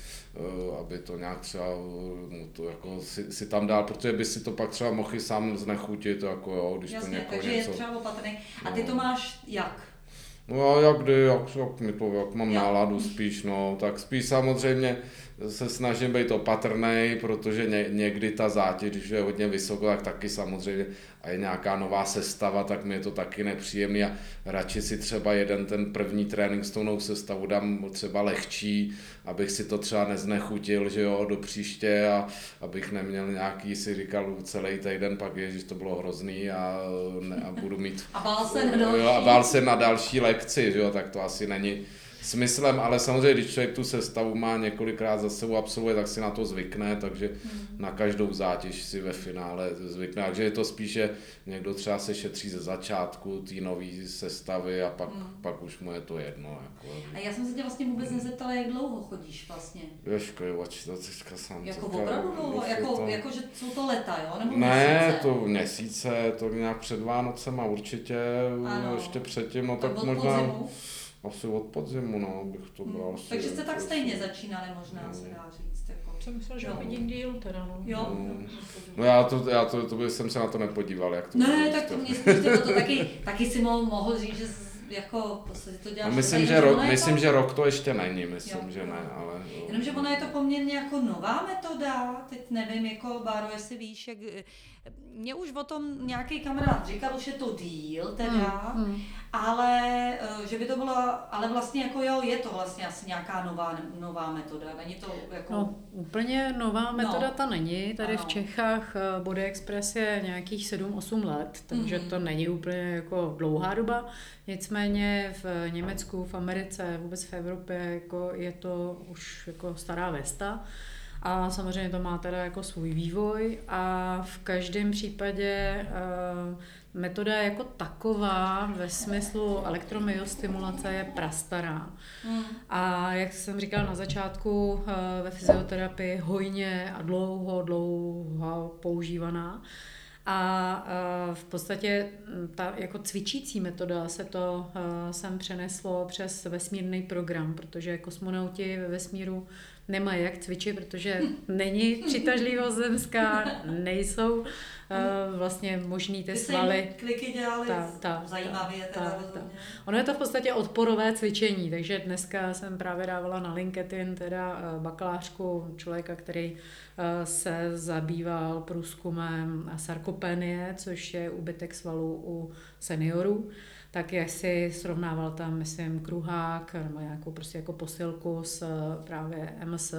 aby to nějak třeba to jako si tam dál, protože by si to pak třeba mohl i sám znechutit, jako jo, když jasně, to takže něco... je třeba opatrný. A ty to máš jak? No jak mám náladu spíš, no, tak spíš samozřejmě se snažím být opatrnej, protože někdy ta zátěž, když je hodně vysoko, tak taky samozřejmě a je nějaká nová sestava, tak mi je to taky nepříjemný a radši si třeba jeden ten první trénink s tou novou sestavu dám třeba lehčí, abych si to třeba neznechutil, že jo, do příště a abych neměl nějaký, si říkal celý týden, pak ježiš, to bylo hrozný a budu mít... A bál se na další. Jo, a bál se na další lekci, že jo, tak to asi není smyslem, ale samozřejmě, když člověk tu sestavu má několikrát za sebou absolvuje, tak si na to zvykne, takže na každou zátěž si ve finále zvykne. Takže je to spíše, někdo třeba se šetří ze začátku té nový sestavy a pak už mu je to jedno. Jako, a já jsem se tě vlastně vůbec nezeptala, jak dlouho chodíš vlastně? Ježko, to teďka sám. Jako opravdu dlouho? Jako, že jsou to leta, jo? Nebo ne, měsíce? to měsíce, to nějak před Vánocema určitě, ano. ještě předtím, no tak od možná... Podzimu? Asi od podzimu, no, bych to bral. Takže jste tak stejně začínali možná, se dá říct. Jako. Jsem myslel, že vidím díl teda, no. Jo. No já jsem se na to nepodíval, jak to Ne, bylo, tak to mě spíš to taky si mohl říct, že jako v podstatě to děláš. No, myslím, že rok to ještě není, že ne, ale... Jenomže ona je to poměrně jako nová metoda, teď nevím, jako Báro, jestli víš, jak... Mě už o tom nějaký kamarád říkal, už je to díl teda, ale že by to bylo, ale vlastně jako jo, je to vlastně asi nějaká nová metoda, není to jako... No, úplně nová metoda ta není, tady v Čechách Body Express je nějakých 7-8 let, takže to není úplně jako dlouhá doba, nicméně v Německu, v Americe, vůbec v Evropě jako je to už jako stará vesta. A samozřejmě to má teda jako svůj vývoj a v každém případě metoda jako taková ve smyslu elektromyostimulace je prastará. A jak jsem říkala na začátku, ve fyzioterapii hojně a dlouho používaná. A v podstatě ta jako cvičící metoda se to sem přeneslo přes vesmírný program, protože kosmonauti ve vesmíru nemají jak cvičit, protože není přitažlivost zemská, nejsou vlastně možný ty svaly. Kliky dělali zajímavě teda rozhodně. Ono je to v podstatě odporové cvičení, takže dneska jsem právě dávala na LinkedIn teda bakalářku člověka, který se zabýval průzkumem sarkopenie, což je úbytek svalů u seniorů. Tak jak si srovnával tam, myslím, kruhák nebo nějakou prostě jako posilku s právě MS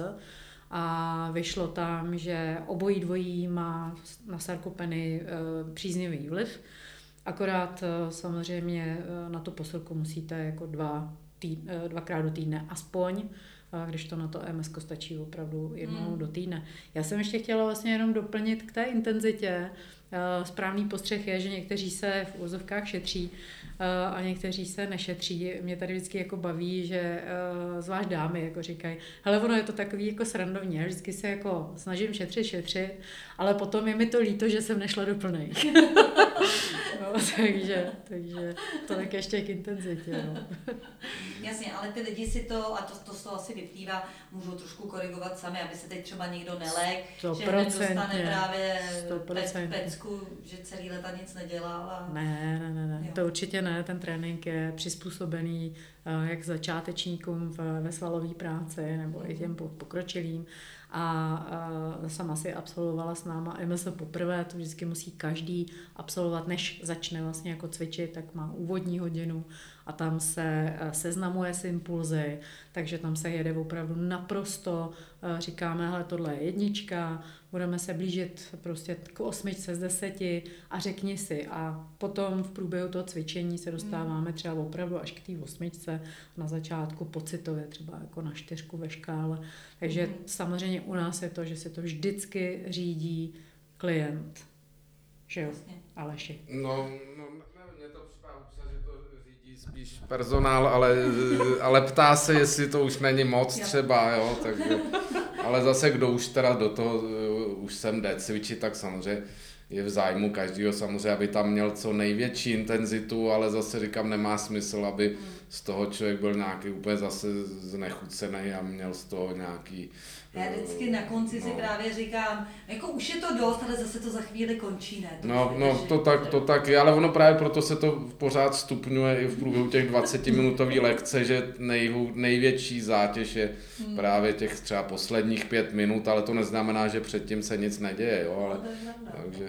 a vyšlo tam, že obojí dvojí má na sarkopenii příznivý vliv, akorát samozřejmě na tu posilku musíte jako dvakrát do týdne aspoň, když to na to MS stačí opravdu jednou do týdne. Já jsem ještě chtěla vlastně jenom doplnit k té intenzitě. Správný postřeh je, že někteří se v úzovkách šetří a někteří se nešetří. Mě tady vždycky jako baví, že zvlášť dámy jako říkají, hele, ono je to takový jako srandovní, já vždycky se jako snažím šetřit, ale potom je mi to líto, že jsem nešla do plnej. No, takže to tak ještě k intenzitě. No. Jasně, ale ty lidi si to, a to z toho asi vyplývá, můžou trošku korigovat sami, aby se teď třeba někdo nelek, že hned dostane právě pecku, že celý leta nic nedělal. A... Ne, to určitě ne, ten trénink je přizpůsobený jak začátečníkům ve svalové práci nebo i těm pokročilým. A sama si absolvovala s náma MS poprvé, to vždycky musí každý absolvovat, než začne vlastně jako cvičit, tak má úvodní hodinu a tam se seznamuje s impulzy, takže tam se jede opravdu naprosto, říkáme, hele, tohle je 1, budeme se blížit prostě k 8 z 10 a řekni si a potom v průběhu toho cvičení se dostáváme třeba opravdu až k té 8, na začátku pocitově třeba jako na 4 ve škále, takže samozřejmě u nás je to, že si to vždycky řídí klient, že jo, Aleši? No mně to připadá, že to řídí spíš personál, ale ptá se, jestli to už není moc třeba, jo, takže, ale zase kdo už teda do toho už sem jde cvičit, tak samozřejmě je v zájmu každého samozřejmě, aby tam měl co největší intenzitu, ale zase říkám, nemá smysl, aby z toho člověk byl nějaký úplně zase znechucený a měl z toho nějaký... Já vždycky na konci si právě říkám, jako už je to dost, ale zase to za chvíli končí, ne? To tak je, ale ono právě proto se to pořád stupňuje i v průběhu těch 20-minutové lekce, že největší zátěž je právě těch třeba posledních 5 minut, ale to neznamená, že předtím se nic neděje, jo, ale takže...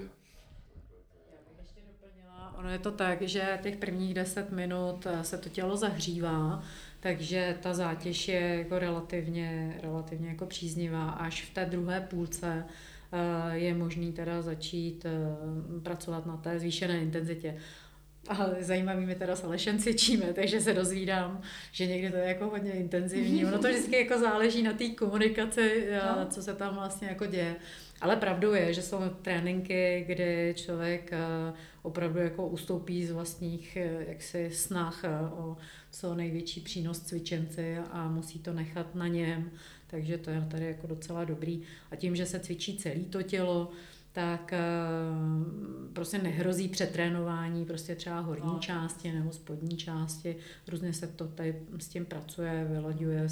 Ono je to tak, že těch prvních 10 minut se to tělo zahřívá, takže ta zátěž je jako relativně jako příznivá. Až v té druhé půlce je možný teda začít pracovat na té zvýšené intenzitě. A zajímavý mi teda s Alešem cvičíme, takže se dozvídám, že někdy to je jako hodně intenzivní. Ono to vždycky jako záleží na té komunikaci, co se tam vlastně jako děje. Ale pravdou je, že jsou tréninky, kdy člověk opravdu jako ustoupí z vlastních jaksi snah o co největší přínos cvičenci a musí to nechat na něm, takže to je tady jako docela dobrý. A tím, že se cvičí celé to tělo, tak prostě nehrozí přetrénování prostě třeba horní části nebo spodní části. Různě se to tady s tím pracuje, vylaďuje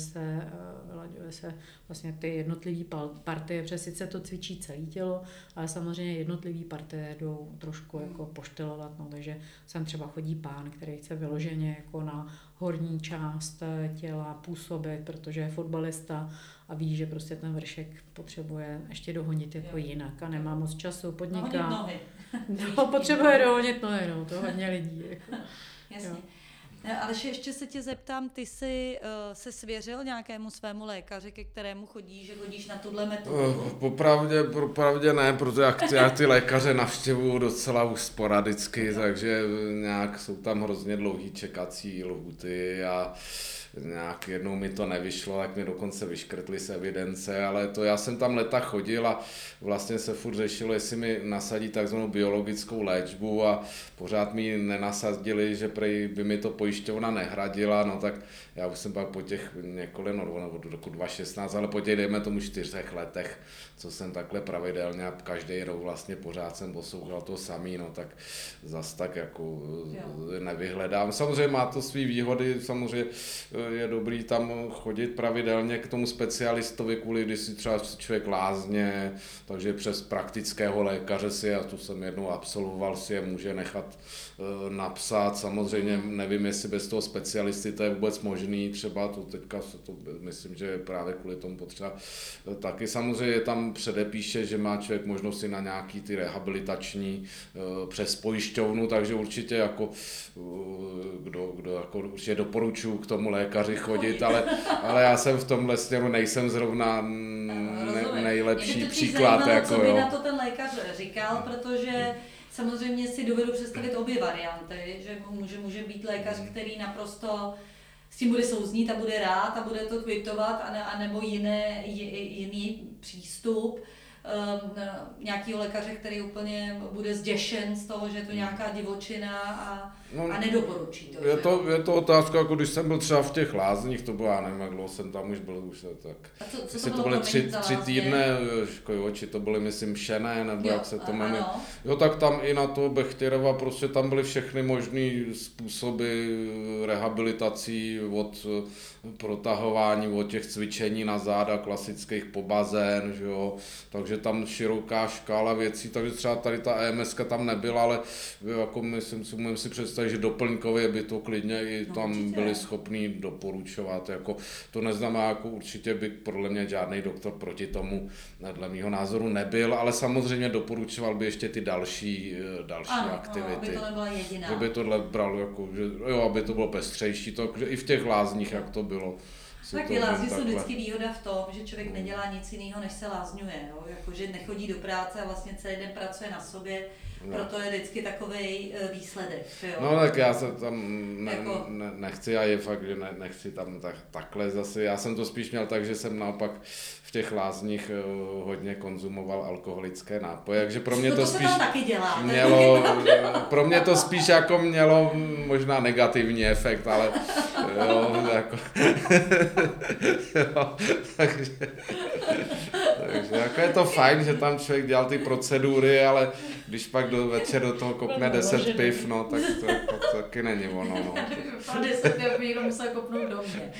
se vlastně ty jednotlivé partie, protože sice to cvičí celé tělo, ale samozřejmě jednotlivé partie jdou trošku jako poštelovat, no, takže sem třeba chodí pán, který chce vyloženě jako na horní část těla působit, protože je fotbalista a ví, že prostě ten vršek potřebuje ještě dohonit jako jinak a nemá moc času, podniká. Nohy. No, potřebuje dohonit nohy, no, to hodně lidí. Jako. Jasně. Jo. Ale ještě se tě zeptám, ty jsi se svěřil nějakému svému lékaři, ke kterému chodíš, že chodíš na tuhle metodu? Popravdě ne, protože já ty lékaře navštěvuju docela už sporadicky, takže nějak jsou tam hrozně dlouhý čekací lhůty a nějak jednou mi to nevyšlo, tak mi dokonce vyškrtli z evidence, ale to já jsem tam leta chodil a vlastně se furt řešilo, jestli mi nasadí takzvanou biologickou léčbu a pořád mi nenasadili, že prej by mi to pojišťovna nehradila, no tak já už jsem pak po těch několik, nebo do roku 2016, ale po těch dejme tomu 4 letech, co jsem takhle pravidelně a každý rok vlastně pořád jsem poslouchal to samý, no tak zas tak jako nevyhledám. Samozřejmě má to svý výhody, samozřejmě je dobrý tam chodit pravidelně k tomu specialistovi, kvůli když si třeba člověk lázně, takže přes praktického lékaře si, a tu jsem jednou absolvoval, si je může nechat napsat. Samozřejmě nevím, jestli bez toho specialisty to je vůbec možný, třeba to teďka to myslím, že je právě kvůli tomu potřeba taky. Samozřejmě tam předepíše, že má člověk možnost si na nějaký ty rehabilitační přes pojišťovnu, takže určitě jako kdo jako určitě doporučuji k tomu lékaři chodit, ale já jsem v tomhle směru nejsem zrovna nejlepší příklad. Co by na to ten lékař říkal, protože samozřejmě si dovedu představit obě varianty, že může být lékař, který naprosto s tím bude souznít a bude rád a bude to kvitovat, anebo jiný přístup nějakého lékaře, který úplně bude zděšen z toho, že je to nějaká divočina a a nedoporučí to. Je to otázka, jako když jsem byl třeba v těch lázních, to bylo, já nevím, jak dlouho jsem tam už byl, už tak. A co Jestli to byly bylo 3 týdny, či to byly, myslím, Šené, nebo jo, jak se to jmenuje. ano. Jo, tak tam i na to Bechtěrova, prostě tam byly všechny možný způsoby rehabilitací, od protahování, od těch cvičení na záda, klasických po bazén, že jo, takže tam široká škála věcí, takže třeba tady ta EMS-ka tam nebyla, ale jako umím si představit, že doplňkově by to klidně i tam určitě. byli schopní doporučovat, jako to neznamená, jako určitě by podle mě žádný doktor proti tomu dle mýho názoru nebyl, ale samozřejmě doporučoval by ještě ty další aktivity. Aby to nebyla jediná. Že by tohle bral, jako, že, jo, aby to bylo pestřejší, to, že i v těch lázních, jak to bylo. Tak ty lázně jsou vždycky výhoda v tom, že člověk nedělá nic jiného, než se lázňuje, jo? Jako, že nechodí do práce a vlastně celý den pracuje na sobě, proto je vždycky takovej výsledek. Jo? No tak já se tam Jako- nechci, a je fakt, že nechci tam takhle zase, já jsem to spíš měl tak, že jsem naopak v těch lázních hodně konzumoval alkoholické nápoje, takže pro mě to se spíš tam taky dělá. mělo, pro mě to spíš jako mělo možná negativní efekt, ale jo, jako, jo, takže jako je to fajn, že tam člověk dělal ty procedury, ale když pak večer do toho kopne 10 piv, no, tak to jako taky není ono, no. A 10 piv někdo musel kopnout do mě.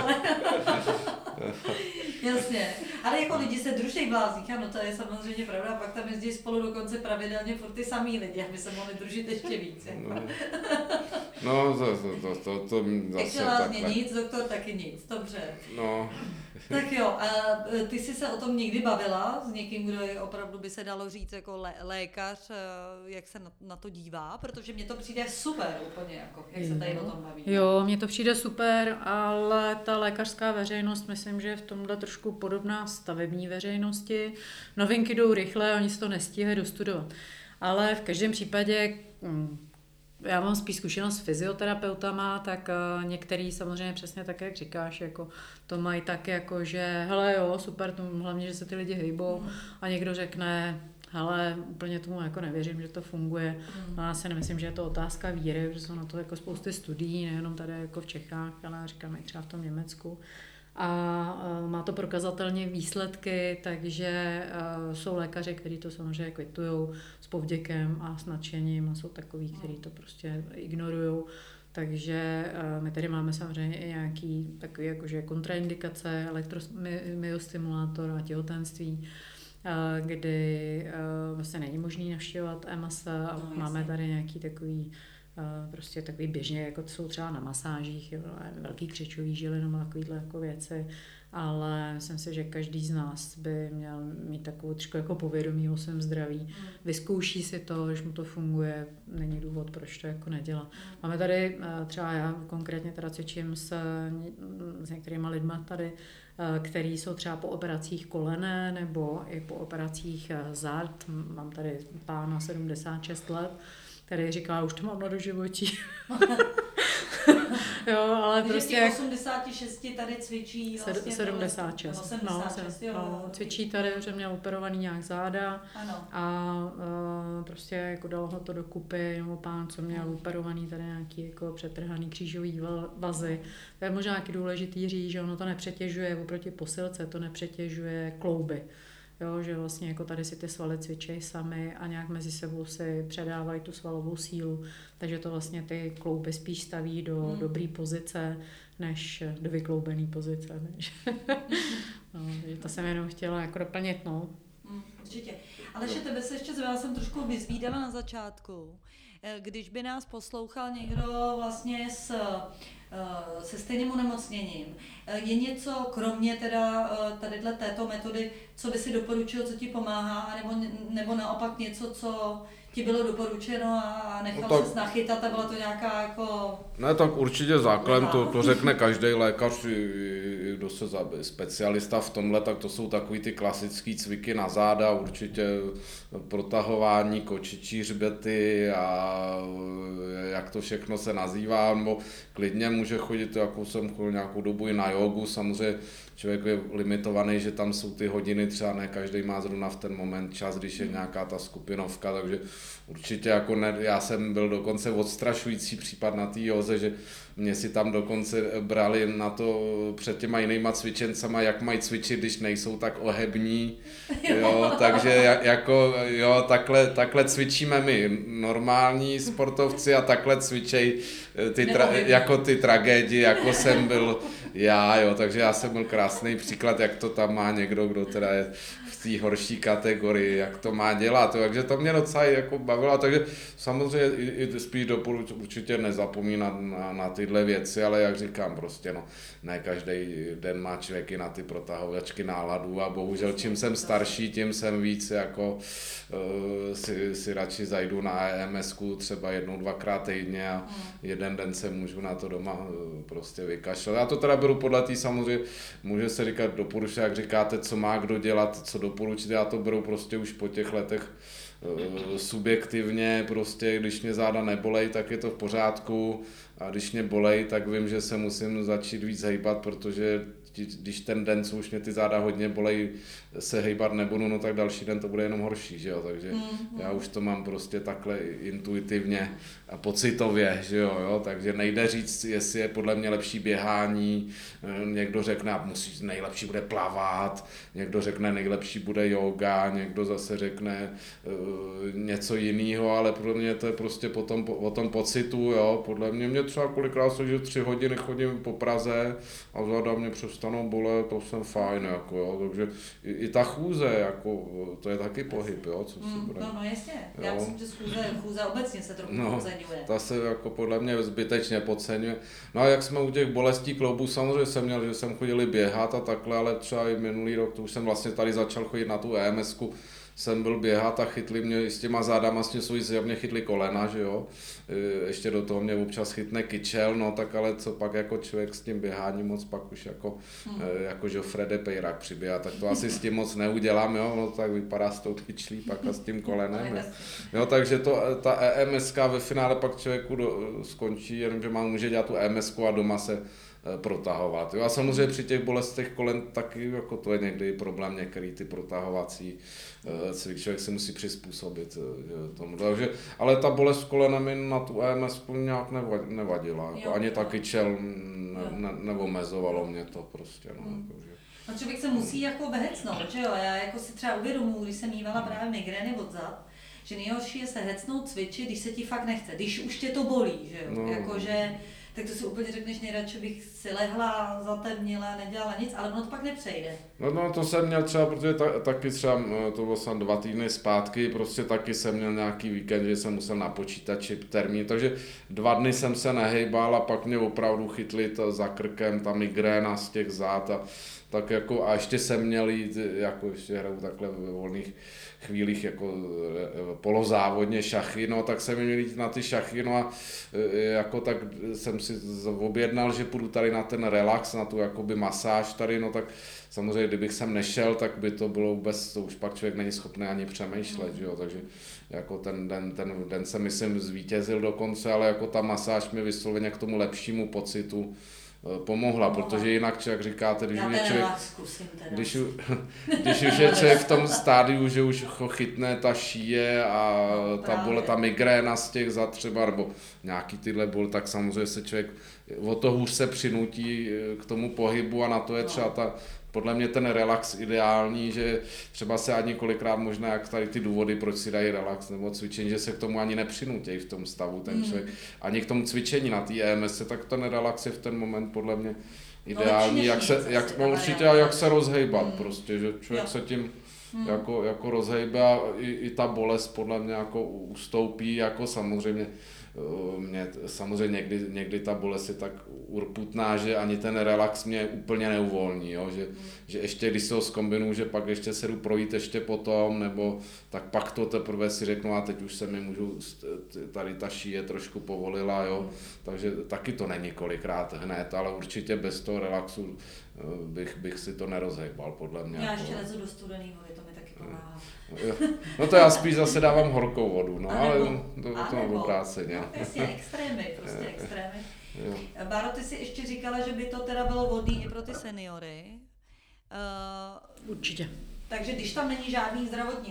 Jasně, ale jako lidi se druží v lázních, ano, to je samozřejmě pravda, a pak tam jezdí spolu dokonce pravidelně furt ty samý lidi, aby se mohli družit ještě víc. Jako. No, to Takže zase lázně takhle. nic, doktor taky nic, dobře. No, Tak jo, a ty jsi se o tom někdy bavila s někým, kdo je opravdu, by se dalo říct, jako lékař, jak se na to dívá, protože mně to přijde super úplně, jako, jak se tady o tom baví. Jo, mně to přijde super, ale ta lékařská veřejnost, myslím, že je v tomhle trošku podobná stavební veřejnosti. Novinky jdou rychle, oni si to nestíhají dostudovat. Ale v každém případě, já mám spíš zkušenost s fyzioterapeutama, tak některý samozřejmě přesně tak, jak říkáš, jako to mají tak jako, že hele jo, super, hlavně, že se ty lidi hejbou, a někdo řekne, hele, úplně tomu jako nevěřím, že to funguje. No, já si nemyslím, že je to otázka víry, protože jsou na to jako spousty studií, nejenom tady jako v Čechách, ale říkám i třeba v tom Německu. A má to prokazatelně výsledky, takže jsou lékaři, kteří to samozřejmě kvitujou s povděkem a s nadšením, a jsou takový, kteří to prostě ignorují. Takže my tady máme samozřejmě i nějaký takový jakože kontraindikace, elektromyostimulátor a těhotenství, kdy vlastně není možný navštěvovat EMS, a máme tady nějaký takový prostě takový běžně, jako jsou třeba na masážích, jo, velký křečový žily, nebo takovýhle jako věci, ale myslím si, že každý z nás by měl mít takovou trošku jako povědomí o svém zdraví. Vyzkouší si to, když mu to funguje, není důvod, proč to jako nedělat. Máme tady, třeba já konkrétně teda cvičím s některýma lidma tady, který jsou třeba po operacích kolene nebo i po operacích zad. Mám tady pána 76 let, který říká, už to mám na doživotí. Jo, ale Takže prostě... těch 86 tady cvičí vlastně 76. 86, jo. Cvičí tady, že měl operovaný nějak záda. Ano. A prostě jako dalo ho to dokupy, nebo pán, co měl operovaný tady nějaký jako přetrhaný křížový vazy. To je možná nějaký důležitý říct, že ono to nepřetěžuje oproti posilce, to nepřetěžuje klouby. Jo, že vlastně jako tady si ty svaly cvičejí sami a nějak mezi sebou si předávají tu svalovou sílu, takže to vlastně ty klouby spíš staví do dobré pozice, než do vykloubené pozice. No, takže to jsem jenom chtěla jako doplnit, no. Určitě. Ale že tebe se ještě zvěděla, jsem trošku vyzvídala na začátku. Když by nás poslouchal někdo vlastně se stejným onemocněním, je něco, kromě teda tadyhle této metody, co by si doporučil, co ti pomáhá, nebo naopak něco, co ti bylo doporučeno a nechal ses nachytat a byla to nějaká jako... Ne, tak určitě základem, to řekne každý lékař, kdo se specialista v tomhle, tak to jsou takový ty klasický cviky na záda, určitě protahování, kočičí hřbety a jak to všechno se nazývá, nebo klidně může chodit, jako jsem chodil nějakou dobu i na jogu, samozřejmě člověk je limitovaný, že tam jsou ty hodiny, třeba ne každý má zrovna v ten moment čas, když je nějaká ta skupinovka, takže určitě jako ne, já jsem byl dokonce odstrašující případ na té józe, že mě si tam dokonce brali na to před těma jinýma cvičencama, jak mají cvičit, když nejsou tak ohební, jo, takže jako jo, takhle cvičíme my normální sportovci a takhle cvičej jako ty tragédie, jako jsem byl já, jo, takže já jsem byl krásný příklad, jak to tam má někdo, kdo teda je v té horší kategorii, jak to má dělat, jo, takže to mě docela jako bavilo, takže samozřejmě i spíš doporučuji určitě nezapomínat na tyhle věci, ale jak říkám prostě, no, ne každý den má člověk i na ty protahovačky náladu a bohužel čím jsem starší, tím jsem víc jako si radši zajdu na EMS-ku třeba 1-2krát týdně a jeden den se můžu na to doma prostě vykašlat. Já to teda beru podle té samozřejmě, může se říkat doporučit, jak říkáte, co má kdo dělat, co doporučit, já to beru prostě už po těch letech subjektivně, prostě když mě záda nebolej, tak je to v pořádku a když mě bolej, tak vím, že se musím začít víc hejbat, protože když ten den, co už mě ty záda hodně bolej, se hejbat nebudu, no tak další den to bude jenom horší, že jo, takže já už to mám prostě takhle intuitivně a pocitově, že jo, takže nejde říct, jestli je podle mě lepší běhání, někdo řekne, nejlepší bude plavat, někdo řekne, nejlepší bude yoga, někdo zase řekne něco jiného, ale pro mě to je prostě o tom pocitu, jo, podle mě třeba kolikrát se, že 3 hodiny chodím po Praze a záda mě přestanou bolet, to jsem fajn, jako jo, takže i ta chůze, jako, to je taky pohyb, jo, co si bude. No jasně, já myslím, že chůze obecně se trochu podceňuje. Ta se jako podle mě zbytečně podceňuje. No a jak jsme u těch bolestí kloubů, samozřejmě jsem měl, že jsem chodil běhat a takhle, ale třeba i minulý rok, to už jsem vlastně tady začal chodit na tu EMS-ku, jsem byl běhat a chytli mě s těma zádama, jsou zjevně chytli kolena, že jo. Ještě do toho mě občas chytne kyčel, no tak ale co pak jako člověk s tím běháním moc pak už jako Joffre Peyrak přiběhá, tak to asi s tím moc neudělám, jo, no tak vypadá s tou kyčlí pak a s tím kolenem. Jo, takže ta EMSK ve finále pak člověku skončí, jenomže může dělat tu EMSK a doma se protahovat. Jo? A samozřejmě při těch bolestech kolen taky jako to je někdy problém, některý ty protahovací cvik, člověk se musí přizpůsobit tomu. Takže, ale ta bolest kolenem mi na tu EMS nějak nevadila. Jako ani ta kyčel neomezovalo mě to prostě. No, no člověk se musí jako vehecnout, že jo? Já jako si třeba uvědomuji, když jsem mívala právě migrény od zad, že nejhorší je se hecnout, cvičit, když se ti fakt nechce, když už tě to bolí, že jo? No. Jakože tak to si úplně řekneš, nejradši bych si lehla, zatemnila, nedělala nic, ale ono to pak nepřejde. No to jsem měl třeba, protože taky třeba, to bylo jsem 2 týdny zpátky, prostě taky jsem měl nějaký víkend, že jsem musel na počítači termín, takže 2 dny jsem se nehejbal a pak mě opravdu chytli za krkem ta migréna z těch zád a tak jako a ještě jsem měl jít, jako ještě hraju takhle ve volných chvílích jako polozávodně šachy, no tak jsem měl jít na ty šachy, no a jako tak jsem si objednal, že půjdu tady na ten relax, na tu jakoby masáž tady, no tak samozřejmě kdybych sem nešel, tak by to bylo vůbec, to už pak člověk není schopný ani přemýšlet, že jo, takže jako ten den jsem myslím zvítězil dokonce, ale jako ta masáž mi vysloveně k tomu lepšímu pocitu pomohla, protože jinak, jak říkáte, když už je člověk v tom stádiu, že už ho chytne ta šíje a ta migréna z těch zad třeba, nebo nějaký tyhle bol, tak samozřejmě se člověk o to hůř se přinutí k tomu pohybu a na to je třeba podle mě ten relax ideální, že třeba se ani kolikrát možná, jak tady ty důvody, proč si dají relax nebo cvičení, že se k tomu ani nepřinutí v tom stavu ten člověk. Ani k tomu cvičení na té EMS, tak ten relax je v ten moment podle mě ideální, jak se rozhejbat prostě, že člověk se tím jako rozhejbe a i ta bolest podle mě jako ustoupí, jako samozřejmě někdy ta bolest je tak urputná, že ani ten relax mě úplně neuvolní, jo? Že ještě když se ho zkombinuju, že pak ještě se jdu projít ještě potom, nebo tak pak to teprve si řeknu a teď už se mi můžu, tady ta šíje trošku povolila, jo? Takže taky to není kolikrát hned, ale určitě bez toho relaxu bych si to nerozhejbal, podle mě. Já ještě lezu do studené vody, to mi taky pomáhá. No to já spíš zase dávám horkou vodu, no, ale to mám obráceně. No, jasně, extrémy, prostě extrémy. Báro, ty si ještě říkala, že by to teda bylo vhodný i pro ty seniory. Určitě. Takže když tam není žádný zdravotní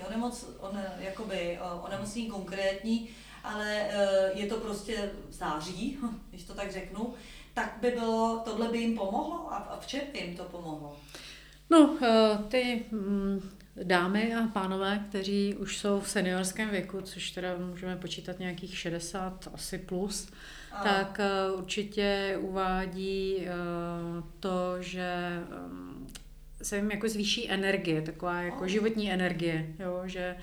onemocnění konkrétní, ale je to prostě září, když to tak řeknu, tak by bylo, tohle by jim pomohlo? A v čem by jim to pomohlo? No, ty dámy a pánové, kteří už jsou v seniorském věku, což teda můžeme počítat nějakých 60 asi plus, tak určitě uvádí to, že se jim jako zvýší energie, taková jako životní energie, jo,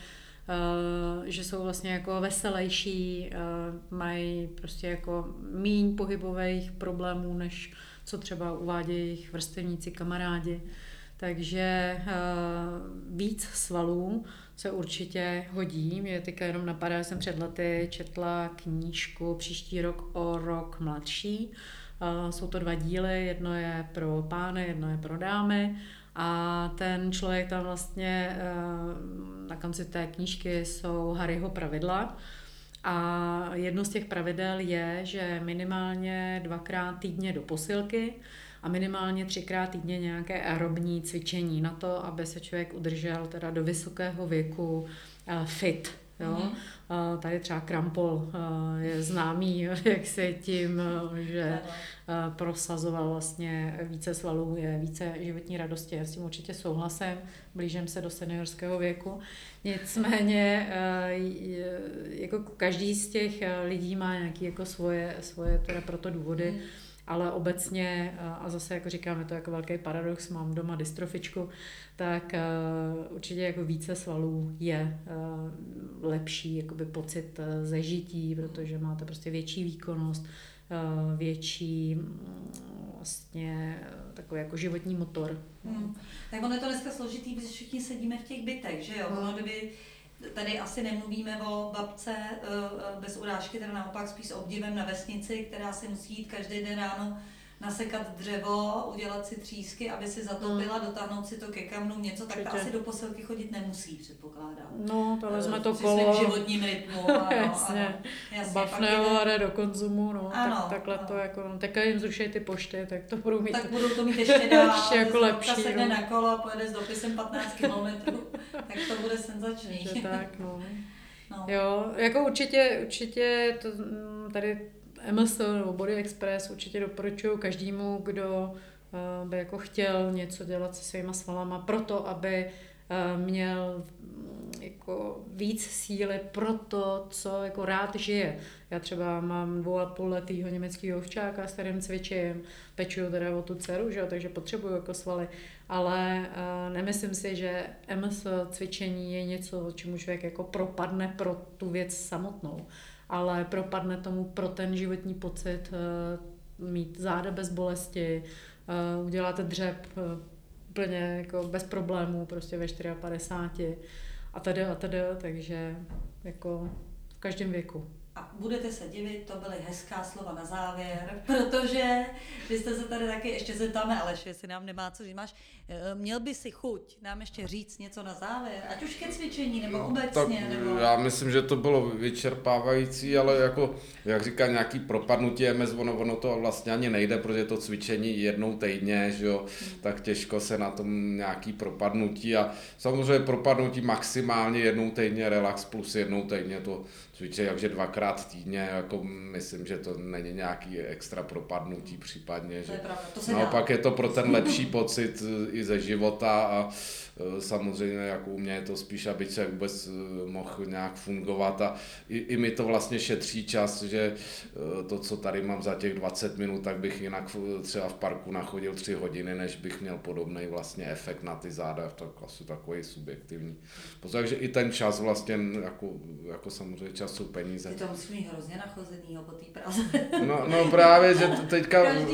že jsou vlastně jako veselější, mají prostě jako míň pohybových problémů, než co třeba uvádějí jejich vrstevníci, kamarádi. Takže víc svalů se určitě hodí. Mě teďka jenom napadá, že jsem před lety četla knížku Příští rok o rok mladší. Jsou to 2 díly, jedno je pro pány, jedno je pro dámy. A ten člověk tam vlastně na konci té knížky jsou Harryho pravidla. A jedno z těch pravidel je, že minimálně 2krát týdně do posilky a minimálně 3krát týdně nějaké aerobní cvičení na to, aby se člověk udržel teda do vysokého věku fit. Jo? Tady třeba Krampol je známý jak se tím, že prosazoval vlastně více svalů, je více životní radosti. Já s tím určitě souhlasím, blížím se do seniorského věku. Nicméně jako každý z těch lidí má nějaké jako svoje teda proto důvody, ale obecně, a zase jako říkám, je to jako velký paradox, mám doma dystrofičku, tak určitě jako více svalů je lepší jakoby pocit ze žití, protože máte prostě větší výkonnost, větší vlastně takový jako životní motor. Tak ono je to dneska složitý, protože všichni sedíme v těch bytech, že jo? Ono kdyby tady asi nemluvíme o babce bez urážky, teda naopak spíš s obdivem na vesnici, která si musí jít každý den ráno nasekat dřevo, udělat si třísky, aby si zatopila, dotáhnout si to ke kamnu, něco, tak ta asi do posilky chodit nemusí, předpokládám. No, to vezme to při kolo. svým životním rytmu. Jasně. Bafne ho a jde do konzumu, no. Ano, takhle to jako, teďka jim zrušejí ty pošty, tak to budou mít. Tak budou to mít ještě dál, ještě jako lepší. sedne na kolo a pojede s dopisem 15 km, tak to bude senzační. Takže tak, no. Jo, jako určitě to, tady MS nebo Body Express určitě doporučuji každému, kdo by jako chtěl něco dělat se svýma svalama, proto aby měl jako víc síly pro to, co jako rád žije. Já třeba mám 2,5letýho německého ovčáka, s kterým cvičím, pečuju teda o tu dceru, že jo, takže potřebuju jako svaly, ale nemyslím si, že MS cvičení je něco, čemu člověk jako propadne pro tu věc samotnou, ale propadne tomu pro ten životní pocit, mít záda bez bolesti, uděláte dřep úplně jako bez problémů, prostě ve 54 a tady, takže jako v každém věku. A budete se divit, to byly hezká slova na závěr, protože vy jste se tady taky, ještě zeptáme Aleši, jestli nám nemá co říct, měl by si chuť nám ještě říct něco na závěr, ať už ke cvičení, nebo obecně, nebo... Já myslím, že to bylo vyčerpávající, ale jako, jak říká, nějaký propadnutí MS, ono to vlastně ani nejde, protože to cvičení jednou týdně, že jo, tak těžko se na tom nějaký propadnutí a samozřejmě propadnutí maximálně jednou týdně relax plus jednou týdně to cvičení, takže 2krát týdně, jako myslím, že to není nějaký extra propadnutí případně, že naopak je to pro ten lepší pocit i ze života a samozřejmě jako u mě je to spíš, aby se vůbec mohl nějak fungovat a i mi to vlastně šetří čas, že to, co tady mám za těch 20 minut, tak bych jinak třeba v parku nachodil 3 hodiny, než bych měl podobný vlastně efekt na ty záda, tak asi takový subjektivní. Takže i ten čas vlastně, jako samozřejmě čas jsou peníze. Ty to musí mít hrozně nachozenýho po té Praze. No právě, že teďka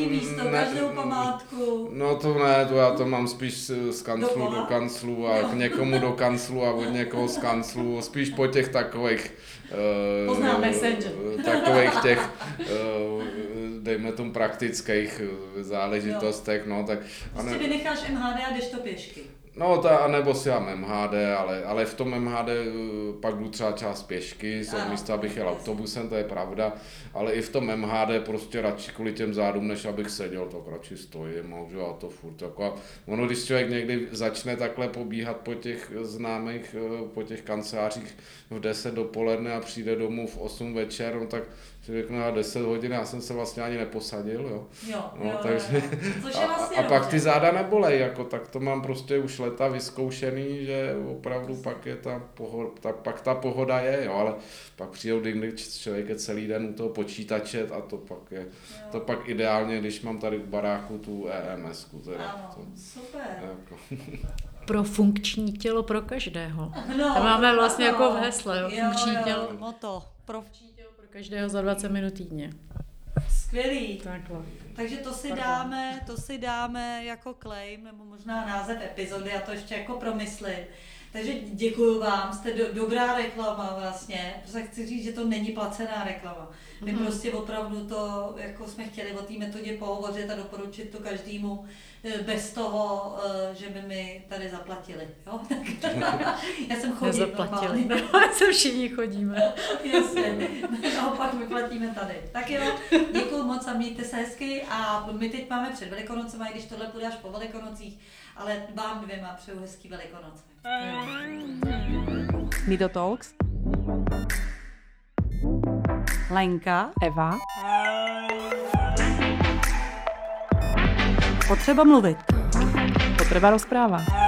místo, každou památku. No to ne, to já to mám spíš z kanclu do kanclu a k někomu do kanclu a od někoho z kanclu, spíš po těch takových Poznám Messenger. Takových těch dejme tomu praktických záležitostech, no tak... Prostě vynecháš MHD a jdeš to pěšky. No, anebo si mám MHD, ale v tom MHD pak jdu třeba část pěšky, místo abych jel autobusem, to je pravda, ale i v tom MHD prostě radši kvůli těm zádům, než abych seděl, tak radši stojím, a to furt jako. Ono, když člověk někdy začne takhle pobíhat po těch známých, po těch kancelářích v 10 dopoledne a přijde domů v 8 večer, no tak si řekne na 10 hodin, já jsem se vlastně ani neposadil, jo. Takže, a pak ty záda nebolej, jako, tak to mám prostě už leta vyzkoušený, že opravdu pak je pak ta pohoda je, jo, ale pak přijdou dny, když člověk je celý den u toho počítače a to pak ideálně, když mám tady v baráku tu EMS-ku. Super. Jako. Pro funkční tělo pro každého. To máme vlastně jako v hesle, funkční tělo. Moto. Funkční tělo pro každého za 20 minut týdně. Skvělý. Takhle. Takže to si dáme jako claim, nebo možná název epizody a to ještě jako promyslit. Takže děkuju vám, jste dobrá reklama vlastně, protože chci říct, že to není placená reklama. My prostě opravdu to, jako jsme chtěli o té metodě pohovořit a doporučit to každému bez toho, že by mi tady zaplatili. Jo? Já jsem chodím nezaplatili, no, se všichni chodíme. Jasně, naopak my platíme tady. Tak jo, děkuju moc a mějte se hezky a my teď máme před Velikonocemi, i když tohle půjde až po Velikonocích, ale vám dvěma přeju hezký Velikonoce. Mido Talks, Lenka, Eva. Potřeba mluvit. Potreba rozpráva.